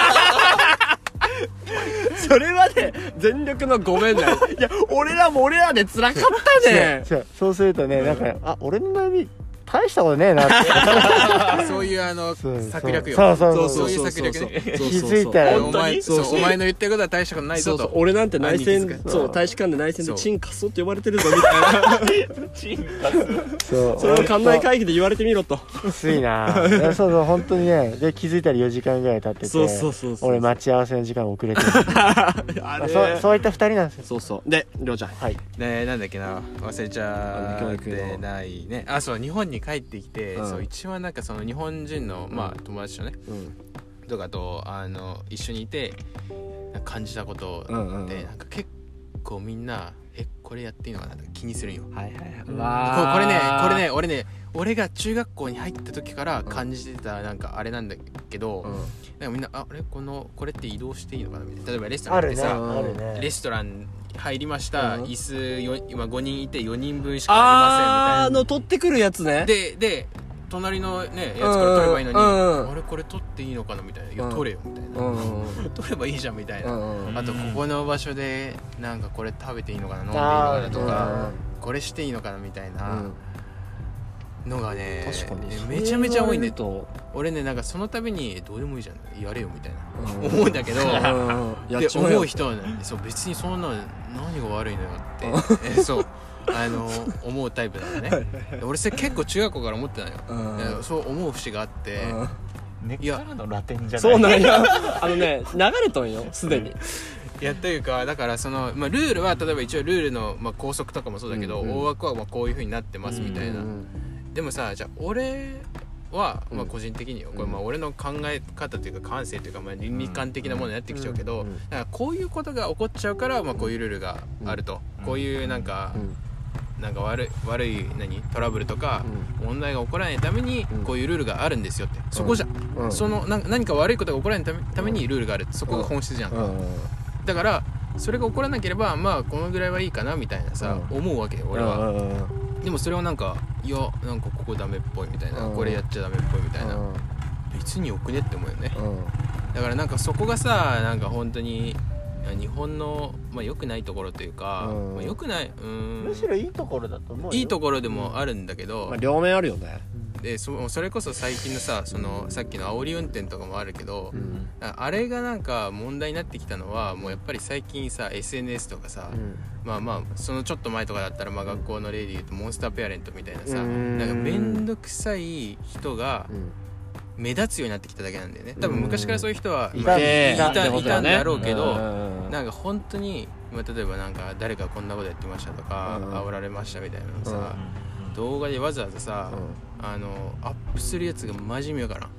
それはね全力のごめんだよ。いや俺らで辛かったね。 そうするとね、なんか俺の悩み大したことねえなってそういう策略よ。 そういう策略ね。 気づいたらお前の言ってることは大したことないぞと。 俺なんて内戦大使館で内戦でチンカソって呼ばれてるぞみたいな。チンカソ。それを館内会議で言われてみろと。 きついな。そう本当にね、で気づいたら4時間ぐらい経ってて、俺待ち合わせの時間遅れてる。そういった2人なんですよ。 そうでりょうちゃん、 なんだっけな、忘れちゃってないね。そう日本に帰ってきて、そう一番なんか日本人の友達とね、とかと一緒にいて感じたことで、なんか結構みんなこれやっていいのかなって気にするんよ。これね俺が中学校に入った時から感じてたなんかあれなんだけど、なんかみんなこれって移動していいのかなみたいな。例えばレストランってさ、レストラン入りました、椅子今5人いて4人分しかありませんみたいな取ってくるやつね。 で隣のねやつから取ればいいのに、これ取っていいのかなみたいな。いや取れよみたいな、取ればいいじゃんみたいな。あとここの場所でなんかこれ食べていいのかな、飲んでいいのかなとか、これしていいのかなみたいなのがね、めちゃめちゃ多いんで、俺ねなんかその度にどうでもいいじゃんやれよみたいな思うんだけど、で思う人はね、別にそんな何が悪いのよってそう思うタイプなのね。俺それ結構中学校から思ってたのよ。そう思う節があって、 根っからのラテンじゃない。 そうなんや。流れとんよすでに。 いやというか、だからルールは例えば一応ルールの校則とかもそうだけど、大枠はこういう風になってますみたいな。でもさ、じゃあ俺は個人的にこれ俺の考え方というか感性というか倫理観的なものになってきちゃうけど、だからこういうことが起こっちゃうからこういうルールがあると、こういうなんか悪いトラブルとか問題が起こらないためにこういうルールがあるんですよって、そこじゃ何か悪いことが起こらないためにルールがあるって、そこが本質じゃんか。だからそれが起こらなければこのぐらいはいいかなみたいなさ思うわけよ俺は。でもそれをなんかなんかここダメっぽいみたいな、これやっちゃダメっぽいみたいな、別によくねって思うよね。だからなんかそこがさ、なんか本当に日本の良くないところというか、良くないむしろいいところだと思うよ。 いいところでもあるんだけど、 両面あるよね。 でそれこそ最近のさ、さっきの煽り運転とかもあるけど、あれがなんか問題になってきたのはもうやっぱり最近さ SNS とかさ、そのちょっと前とかだったら学校の例で言うとモンスターペアレントみたいなさ、なんかめんどくさい人が目立つようになってきただけなんだよね。多分昔からそういう人はいたんだろうけど、なんか本当に例えばなんか誰かこんなことやってましたとか煽られましたみたいなのさ、動画でわざわざさアップするやつがマジ見よからん。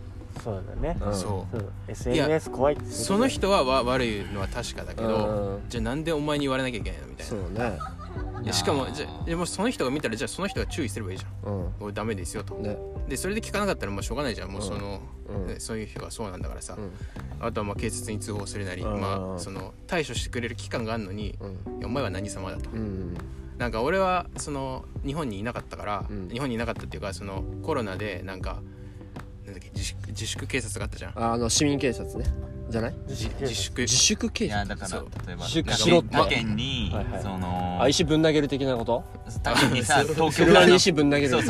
そうだね、 そう SNS 怖いってその人は悪いのは確かだけど、じゃあなんでお前に言われなきゃいけないのみたいな。 そうね。 いやしかもでもその人が見たらじゃあその人が注意すればいいじゃん、これダメですよと、ね、でそれで聞かなかったらまあしょうがないじゃん、もうその、そういう人がそうなんだからさ、あとはまあ警察に通報するなり、まあその対処してくれる機関があるのに、いやお前は何様だと、なんか俺はその日本にいなかったから、日本にいなかったっていうかそのコロナでなんだっけ自粛警察があったじゃん、 市民警察ねじゃない、 自粛警察。 いやだから例えば自粛しろって他県にその石ぶん投げる的なこと？ 他県にさ東京車に石ぶん投げる。 そう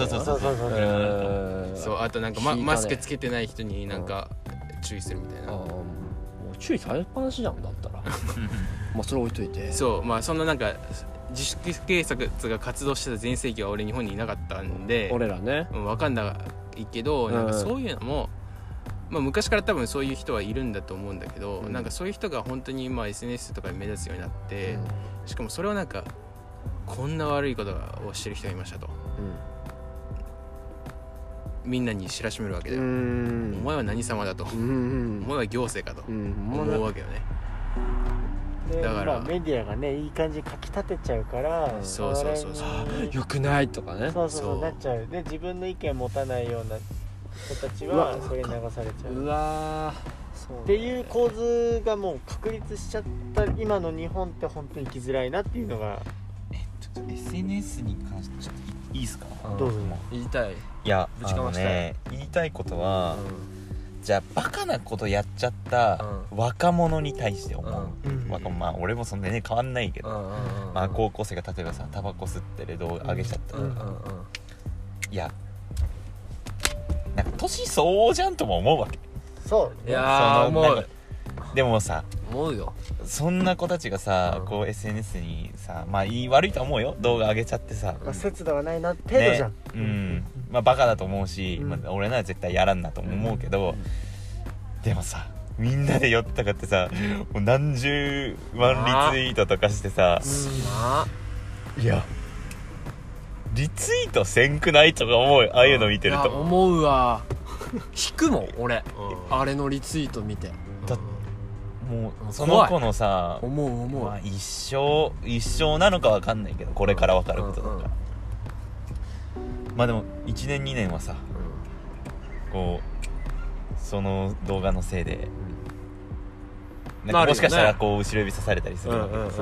あとなんかマスクつけてない人になんか注意するみたいな。 もう注意されっぱなしじゃんだったら。まあそれ置いといて。 そうまあそんななんか自粛警察が活動してた全盛期は俺日本にいなかったんで。 俺らね。 分かんないけど、なんかそういうのも。まあ、昔から多分そういう人はいるんだと思うんだけど、なんかそういう人が本当にまあ SNS とかに目立つようになって、しかもそれをなんかこんな悪いことをしてる人がいましたと、みんなに知らしめるわけだよ。お前は何様だと、お前は行政かと思うわけよね。だから、 まあ、メディアがねいい感じに書き立てちゃうから、 そうよくないとかね、 そうなっちゃう。で自分の意見を持たないような人たちはそれに流されちゃう。 うわっていう構図がもう確立しちゃった今の日本って本当に生きづらいなっていうのが。 SNS に関してちょっといいですか？ どうぞ。 言いたい。 いや言いたいことは、じゃあバカなことやっちゃった若者に対して思う、まあ俺もそんなね変わんないけど、まあ高校生が例えばさタバコ吸ってる動画上げちゃったとか、いやなんか年相応じゃんとも思うわけ。 そういや思う。 でもさ思うよ、 そんな子たちがさ、こう SNS にさ、まあいい悪いと思うよ、動画上げちゃってさ、 まあ、節度はないな程度じゃん、 ね、まあバカだと思うし、まあ、俺なら絶対やらんなと思うけど、でもさみんなで寄ったかってさ、もう何十万リツイートとかしてさ、いやリツイートせんくないとか思うよ、ああいうの見てると。 思うわ。引くもん俺、あれのリツイート見て。 もうその子のさ、 思う、 まあ、一生なのか分かんないけど、これから分かることだから、まあでも1年2年はさ、こうその動画のせいで、なんかもしかしたらこう後ろ指さされたりするわけで、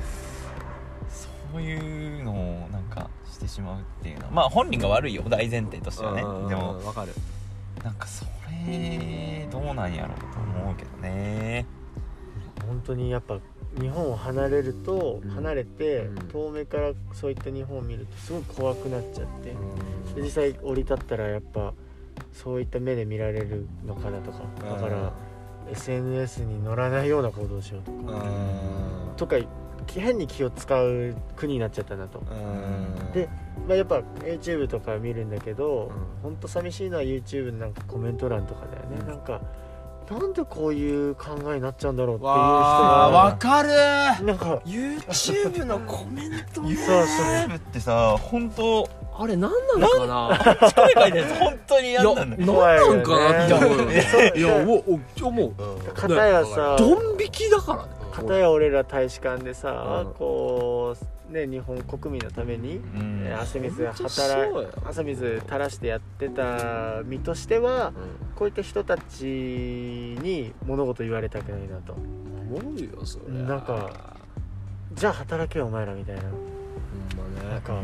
そういうのをなんかしてしまうっていうのは、まあ本人が悪いよ、大前提としてはね。でも分かる。 なんかそれどうなんやろうと思うけどね。 本当にやっぱ日本を離れて、遠目からそういった日本を見るとすごく怖くなっちゃって、で実際降り立ったらやっぱそういった目で見られるのかなとか、だから SNS に乗らないような行動をしようとか変に気を使う国になっちゃったなと。で、まあ、やっぱ YouTube とか見るんだけど、ほんと寂しいのは YouTube のなんかコメント欄とかだよね。なんでこういう考えになっちゃうんだろうっていう人がわかる。 なんか YouTube のコメントね。 YouTube ってさ、本当あれ何なのかな。 一人書いてるやつ本当に嫌なんだよ。 何なんかなって思う。いや思う。 片やさ、 ドン引きだからね。 片や俺ら大使館でさ、こうね、日本国民のために汗水垂らしてやってた身としては、こういった人たちに物事言われたくないなと思うよ。それなんかじゃあ働けよお前らみたいな、なんか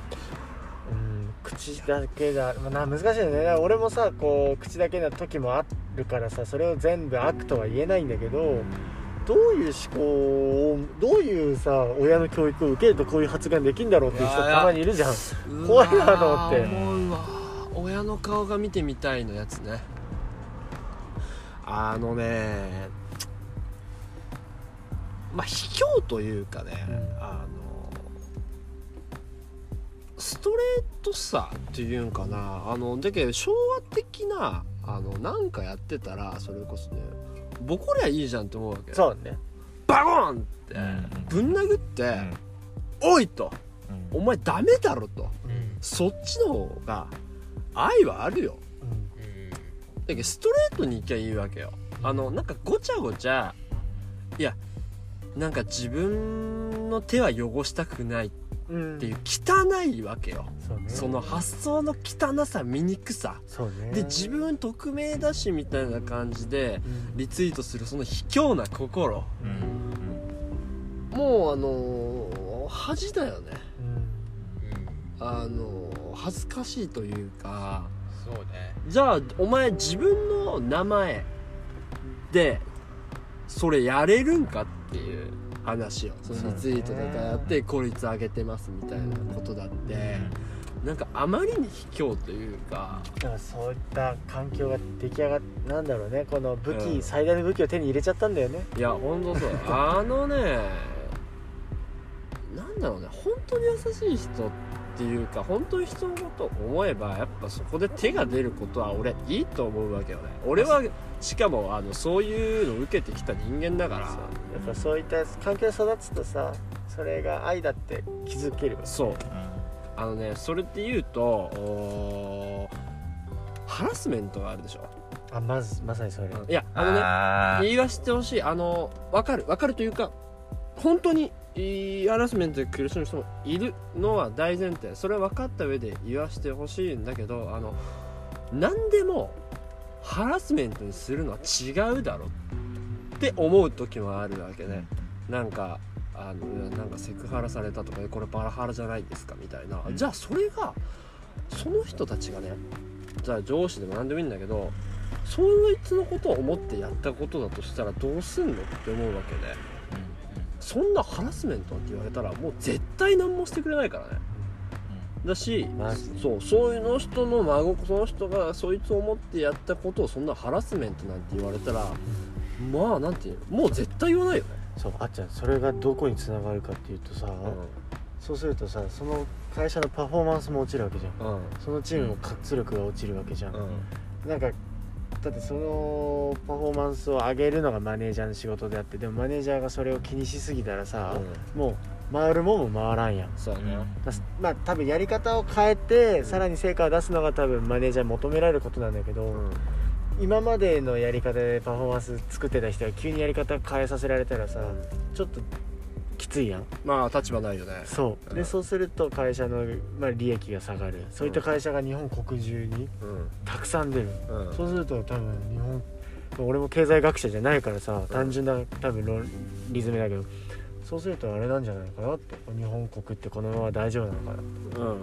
口だけだ、難しいよね。俺もさこう口だけな時もあるからさ、それを全部悪とは言えないんだけど、どういう思考を、どういうさ親の教育を受けるとこういう発言できるんだろうっていう人たまにいるじゃん。怖いなと思って。 思うわ。親の顔が見てみたいのやつね。まあ卑怯というかね、ストレートさっていうんかな、だけど昭和的ななんかやってたらそれこそね、ボコりゃいいじゃんって思うわけ。 そうね。 バコーンってぶん殴って、おいと、お前ダメだろと、そっちの方が愛はあるよ、 けどストレートにいきゃいいわけよ。なんかごちゃごちゃ、いやなんか自分の手は汚したくないっていう汚いわけよ、その発想の汚さ、醜さ、で自分恥だしみたいな感じでリツイートするその卑怯な心、もう恥だよね、恥ずかしいというか。 そうね。 じゃあお前自分の名前でそれやれるんかっていう話を、そのリツイートとかやって効率上げてますみたいなことだって、なんかあまりに卑怯というか、 だからそういった環境が出来上がっなんだろうね、この武器、最大の武器を手に入れちゃったんだよね。 いやほんとそうなんだろうね、本当に優しい人っていうか、本当に人のことを思えばやっぱそこで手が出ることは俺いいと思うわけよね。俺はしかもそういうのを受けてきた人間だから、やっぱそういった環境で育つとさ、それが愛だって気づけるわけ。 そう、それって言うとハラスメントがあるでしょ。 まさにそれ。 いや言わせてほしい。分かるというか、本当にハラスメントで苦しむ人もいるのは大前提、それは分かった上で言わせてほしいんだけど、何でもハラスメントにするのは違うだろって思う時もあるわけね。なんかセクハラされたとか、これパワハラじゃないですかみたいな、じゃあそれがその人たちがね、じゃあ上司でも何でもいいんだけど、そいつのことを思ってやったことだとしたらどうすんのって思うわけで、そんなハラスメントって言われたらもう絶対何もしてくれないからね。だし、そういうの人のその人がそいつを思ってやったことをそんなハラスメントなんて言われたら、まあなんていうの、もう絶対言わないよね。 そうあっちゃん、それがどこに繋がるかっていうとさ、そうするとさ、その会社のパフォーマンスも落ちるわけじゃん、そのチームの活力が落ちるわけじゃん、なんかだってそのパフォーマンスを上げるのがマネージャーの仕事であって、でもマネージャーがそれを気にしすぎたらさ、もう回るもんも回らんやん。 そうね。 まあ多分やり方を変えてさらに成果を出すのが多分マネージャーに求められることなんだけど、今までのやり方でパフォーマンス作ってた人が急にやり方変えさせられたらさ、ちょっときついやん。 まあ立場ないよね。 そうで、そうすると会社の、利益が下がる。そういった会社が日本国中にたくさん出る、そうすると多分日本、俺も経済学者じゃないからさ、単純な多分理詰めだけど、そうするとあれなんじゃないかなって、日本国ってこのまま大丈夫なのかなって、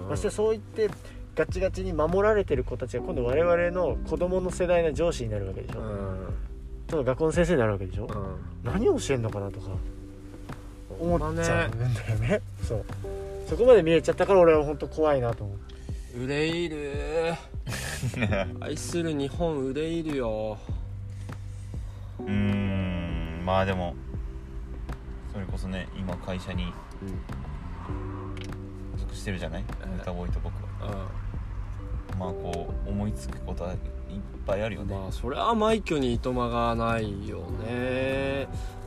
そしてそう言ってガチガチに守られてる子たちが今度我々の子供の世代の上司になるわけでしょ、ちょっと学校の先生になるわけでしょ、何を教えんのかなとか思っちゃうんだよね。そこまで見えちゃったから俺は本当怖いなと思う。 憂いる愛する日本憂いるよ。 まあでもそれこそね、今会社に属してるじゃない、歌ボーイと僕は。まあこう思いつくことはいっぱいあるよね。 まあそれは枚挙にいとまがないよね。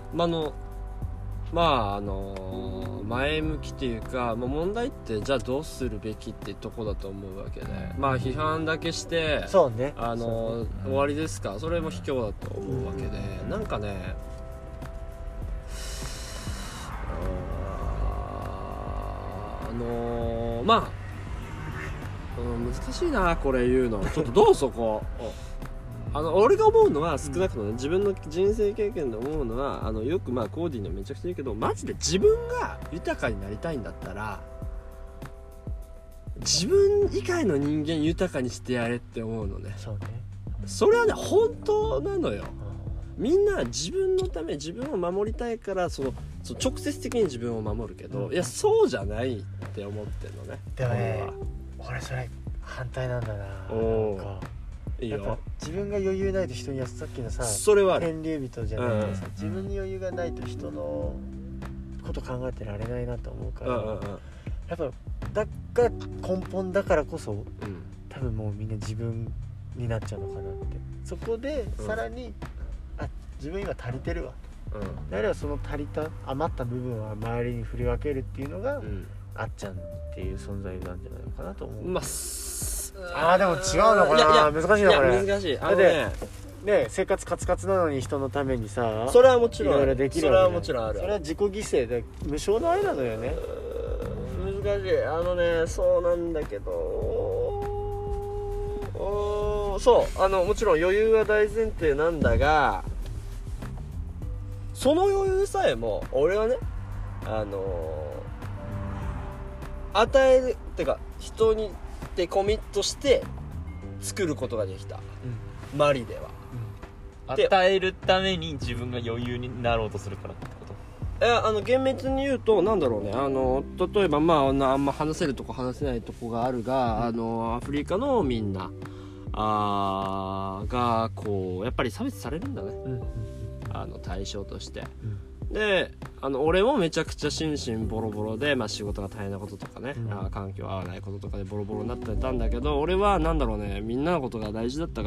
前向きっていうか、問題ってじゃあどうするべきってとこだと思うわけで、批判だけしてそうね、 終わりですか、それも卑怯だと思うわけで、なんかね、難しいなこれ言うの。ちょっとどうそこ俺が思うのは、少なくともね、自分の人生経験で思うのは、よくコーディーにもめちゃくちゃ言うけど、マジで自分が豊かになりたいんだったら自分以外の人間豊かにしてやれって思うのね。 そうね、 それはね本当なのよ。みんな自分のため、自分を守りたいから直接的に自分を守るけど、いやそうじゃないって思ってるのね。 でもね、俺それ反対なんだな。なんかいいよ、やっぱ自分が余裕ないと人には、さっきのさ、 それは天竜人じゃないけどさ、自分に余裕がないと人のこと考えてられないなと思うから、やっぱだから根本だからこそ、多分もうみんな自分になっちゃうのかなって。そこでさらに、自分今足りてるわと、であればその余った部分は周りに振り分けるっていうのが、あっちゃんっていう存在なんじゃないのかなと思う。 でも違うのかな。難しいなこれ。 難しい。 ね、生活カツカツなのに人のためにさ、 それはもちろんいろいろできる。 それはもちろんある。 それは自己犠牲で無償の愛なのよね。 難しい。そうなんだけど、そうもちろん余裕は大前提なんだが、その余裕さえも俺はね、与えるってか人にってコミットして作ることができた、マリでは、 与えるために自分が余裕になろうとするからってこと？ 厳密に言うとなんだろうね、例えばあんま話せるとこ話せないとこがあるが、アフリカのみんながこうやっぱり差別されるんだね、対象として、で俺もめちゃくちゃ心身ボロボロで、仕事が大変なこととかね、環境合わないこととかでボロボロになってたんだけど、俺はなんだろうね、みんなのことが大事だったから、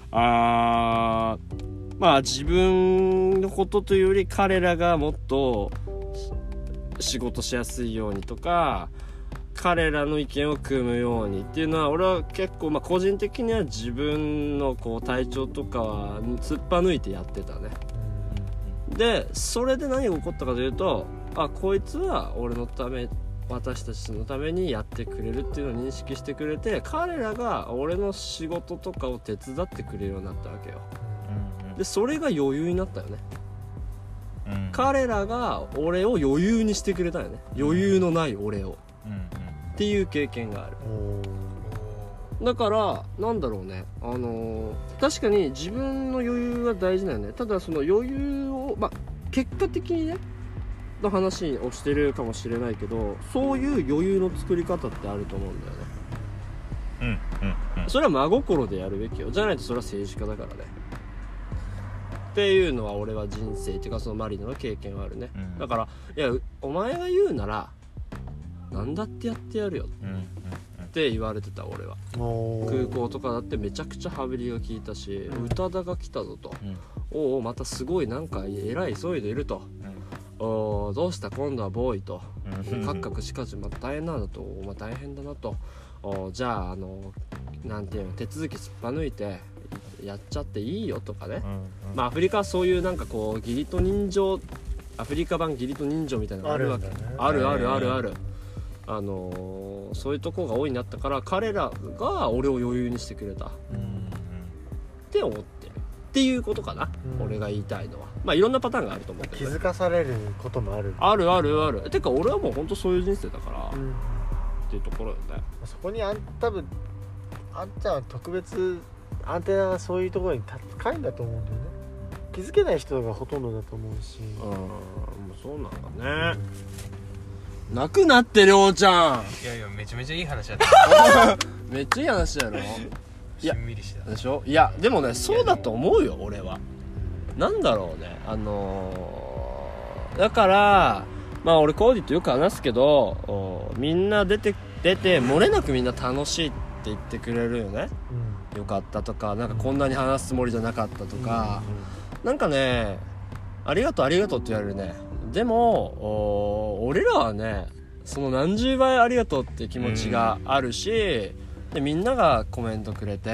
自分のことというより彼らがもっと仕事しやすいようにとか、彼らの意見を組むようにっていうのは俺は結構個人的には自分のこう体調とかは突っぱ抜いてやってたね。でそれで何が起こったかというと、こいつは俺のため、私たちのためにやってくれるっていうのを認識してくれて、彼らが俺の仕事とかを手伝ってくれるようになったわけよ。でそれが余裕になったよね、彼らが俺を余裕にしてくれたよね、余裕のない俺を、っていう経験がある。だからなんだろうね、確かに自分の余裕は大事だよね。ただその余裕を結果的にねの話をしてるかもしれないけど、そういう余裕の作り方ってあると思うんだよね。それは真心でやるべきよ。じゃないとそれは政治家だからねっていうのは俺は人生っていうかそのマリノの経験はあるね、だからいやお前が言うなら何だってやってやるよって言われてた俺は。空港とかだってめちゃくちゃ羽振りが効いたし、宇多田が来たぞと、おまたすごいなんか偉い急いでいると、どうした今度はボーイと、カクカクしかしまた大変なんだと、大変だなと、じゃあなんていうの、手続きすっぱ抜いてやっちゃっていいよとかね、アフリカはそういうなんかこう義理と人情、アフリカ版義理と人情みたいなのがあるわけ、あるそういうとこが多いなったから、彼らが俺を余裕にしてくれた、って思ってるっていうことかな、俺が言いたいのは。いろんなパターンがあると思うけど、 気づかされることもある。 あるてか俺はもう本当そういう人生だから、っていうところよね。 そこに多分あんちゃんは特別アンテナがそういうところに高いんだと思うんだよね。気づけない人がほとんどだと思うし、 もうそうなんだね、泣くなってりょうちゃん。 いやめちゃめちゃいい話だっためっちゃいい話だろ。 しんみりしてたでしょ。いやでもね、そうだと思うよ俺は。なんだろうね、だから俺コーディとよく話すけど、みんな出て漏れなくみんな楽しいって言ってくれるよね、よかったとか、なんかこんなに話すつもりじゃなかったとか、なんかね、ありがとうって言われるね。でも俺らはね、その何十倍ありがとうっていう気持ちがあるし、でみんながコメントくれて、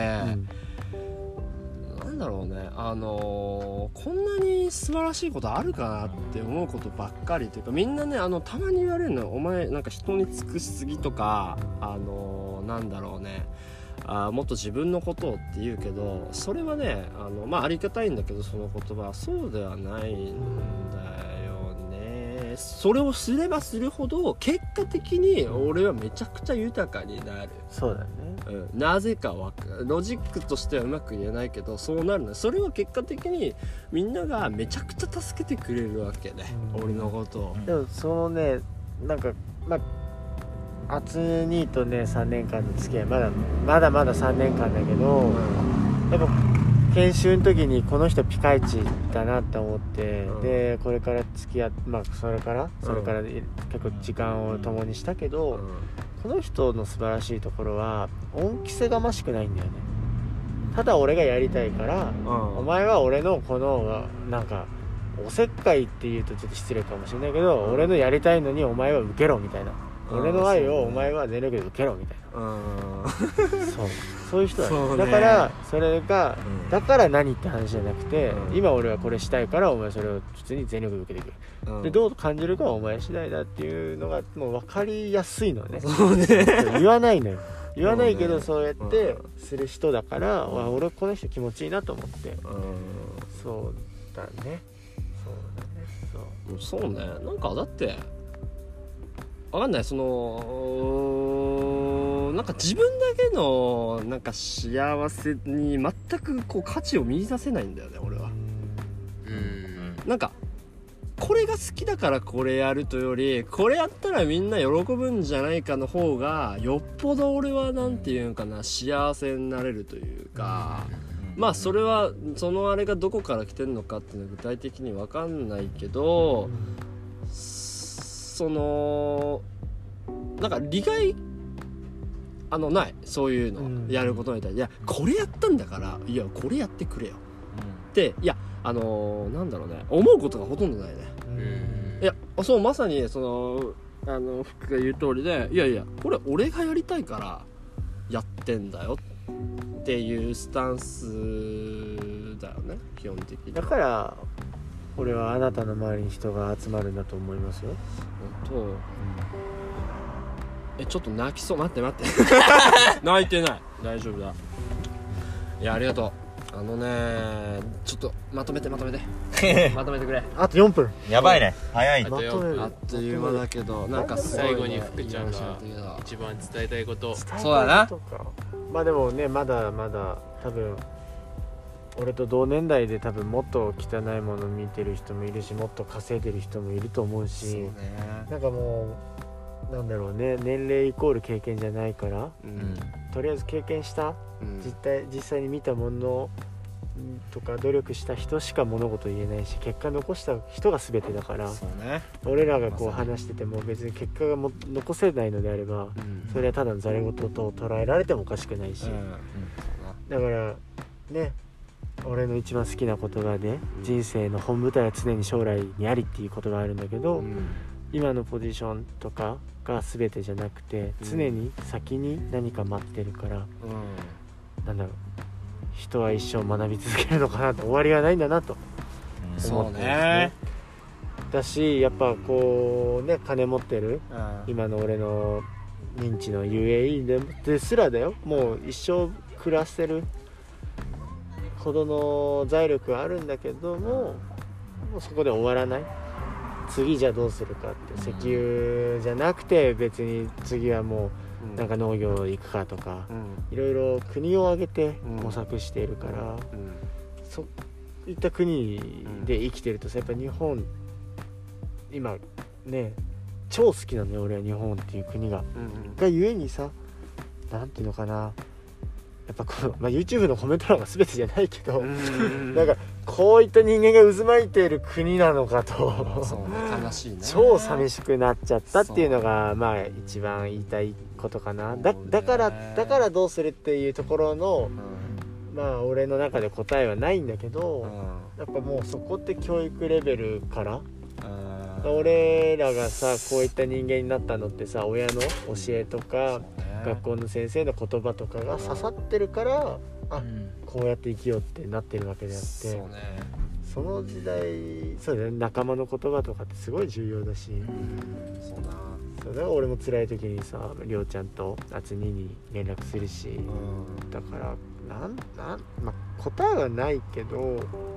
なんだろうね、こんなに素晴らしいことあるかなって思うことばっかりというか、みんなねたまに言われるの、お前なんか人に尽くしすぎとか、なんだろうね、もっと自分のことをって言うけど、それはねありがたいんだけど、その言葉はそうではないんだよね。それをすればするほど結果的に俺はめちゃくちゃ豊かになる。 そうだね、 なぜかロジックとしてはうまく言えないけどそうなるの。それは結果的にみんながめちゃくちゃ助けてくれるわけね、俺のことを。 でもそのね、なんかアツニーとね3年間の付き合い、まだ3年間だけど、やっぱ研修の時にこの人ピカイチだなって思って、でこれから付き合って、それから結構時間を共にしたけど、この人の素晴らしいところは恩着せがましくないんだよね。ただ俺がやりたいから、お前は俺のこのなんかおせっかいって言うとちょっと失礼かもしれないけど、俺のやりたいのにお前は受けろみたいな、 俺の愛をお前は全力で受けろみたいな、そういう人だよ、ね、だからそれが、だから何って話じゃなくて、今俺はこれしたいからお前それを普通に全力で受けてくる、でどう感じるかはお前次第だっていうのがもう分かりやすいのね。言わないのよ、言わないけどそうやってする人だから、俺この人気持ちいいなと思って、そうだね、 そうね、なんかだってわかんない、そのなんか自分だけのなんか幸せに全くこう価値を見出せないんだよね俺は。なんかこれが好きだからこれやるとより、これやったらみんな喜ぶんじゃないかの方がよっぽど俺はなんていうのかな、幸せになれるというか、まあそれはそのあれがどこから来てるのかっていうのは具体的に分かんないけど、そのなんか利害ないそういうのやることに対して、いやこれやったんだからいやこれやってくれよって、いやなんだろうね、思うことがほとんどないね。いやそうまさにその福が言う通りで、いやいやこれ俺がやりたいからやってんだよっていうスタンスだよね基本的に。 だから俺はあなたの周りに人が集まるんだと思いますよ。 本当、ちょっと泣きそう、待って泣いてない、大丈夫だ。いやありがとう。ちょっとまとめてまとめてくれ。 あと4分。 やばいね、早い。 あっという間だけど、なんかすごい、ね、 最後に福ちゃんが一番伝えたいこと。 そうだな。 まあでもね、まだまだ多分俺と同年代で多分もっと汚いもの見てる人もいるし、もっと稼いでる人もいると思うし、なんかもうなんだろうね、年齢イコール経験じゃないから、とりあえず経験した、実際に見たものとか努力した人しか物事言えないし、結果残した人が全てだから、俺らがこう話してても別に結果が残せないのであれば、それはただのざれ言と捉えられてもおかしくないし、だからね、俺の一番好きな言葉で、人生の本舞台は常に将来にありっていうことがあるんだけど、今のポジションとかが全てじゃなくて、常に先に何か待ってるから、なんだろう、人は一生学び続けるのかなと、終わりがないんだなと思ってますね。だしやっぱこうね、金持ってる今の俺の認知の UAE ですらだよ、もう一生暮らせるほどの財力はあるんだけども、もうそこで終わらない。次じゃあどうするかって、石油じゃなくて別に次はもうなんか農業行くかとか、いろいろ国を挙げて模索しているから、そういった国で生きてるとさ、やっぱ日本今ね超好きなのよ俺は、日本っていう国が、がゆえにさ、なんていうのかな、やっぱこの、YouTube のコメント欄が全てじゃないけど、なんかこういった人間が渦巻いている国なのかと、 悲しいね、 超寂しくなっちゃったっていうのが一番言いたいことかな。だからどうするっていうところの、俺の中で答えはないんだけど、やっぱもうそこって教育レベルから、俺らがさこういった人間になったのってさ、親の教えとか学校の先生の言葉とかが刺さってるから、こうやって生きようってなってるわけであって、その時代そうだね、仲間の言葉とかってすごい重要だし、そうだから俺も辛い時にさ、りょうちゃんとあつにに連絡するし、だから答えはないけど、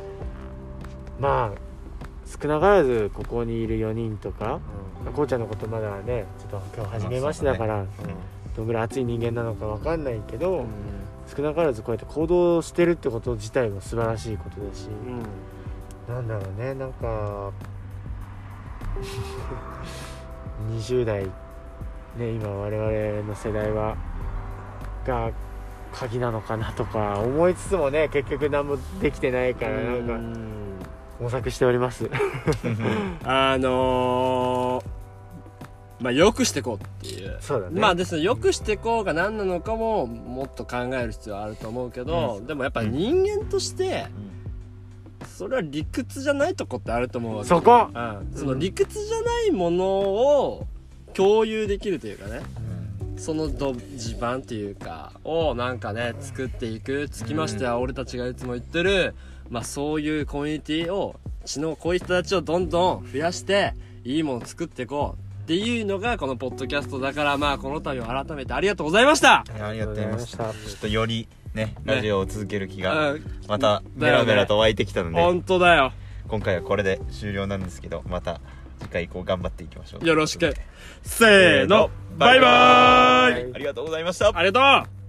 少なからずここにいる4人とか、こうちゃんのことまだねちょっと今日初めましてだから、どんぐらい熱い人間なのか分かんないけど、少なからずこうやって行動してるってこと自体も素晴らしいことだし、なんだろうね、なんか20代ね、今我々の世代はが鍵なのかなとか思いつつもね、結局何もできてないから、なんか模索しております良くしていこうっていう。 そうだね。 ですね、良くしていこうが何なのかももっと考える必要はあると思うけど、でもやっぱ人間として、それは理屈じゃないとこってあると思うわけ。 そこ、 その理屈じゃないものを共有できるというかね、その地盤っていうかをなんかね作っていく。つきましては俺たちがいつも言ってる、まあそういうコミュニティをこういう人たちをどんどん増やしていいものを作っていこうっていうのがこのポッドキャストだから、まあこの度は改めてありがとうございました。 ありがとうございました。ちょっとよりねラジオを続ける気がまたベラベラと湧いてきたので、 本当だよ。 今回はこれで終了なんですけど、また次回以降頑張っていきましょう。 よろしく。せーの、バイバーイ。 ありがとうございました。 ありがとう。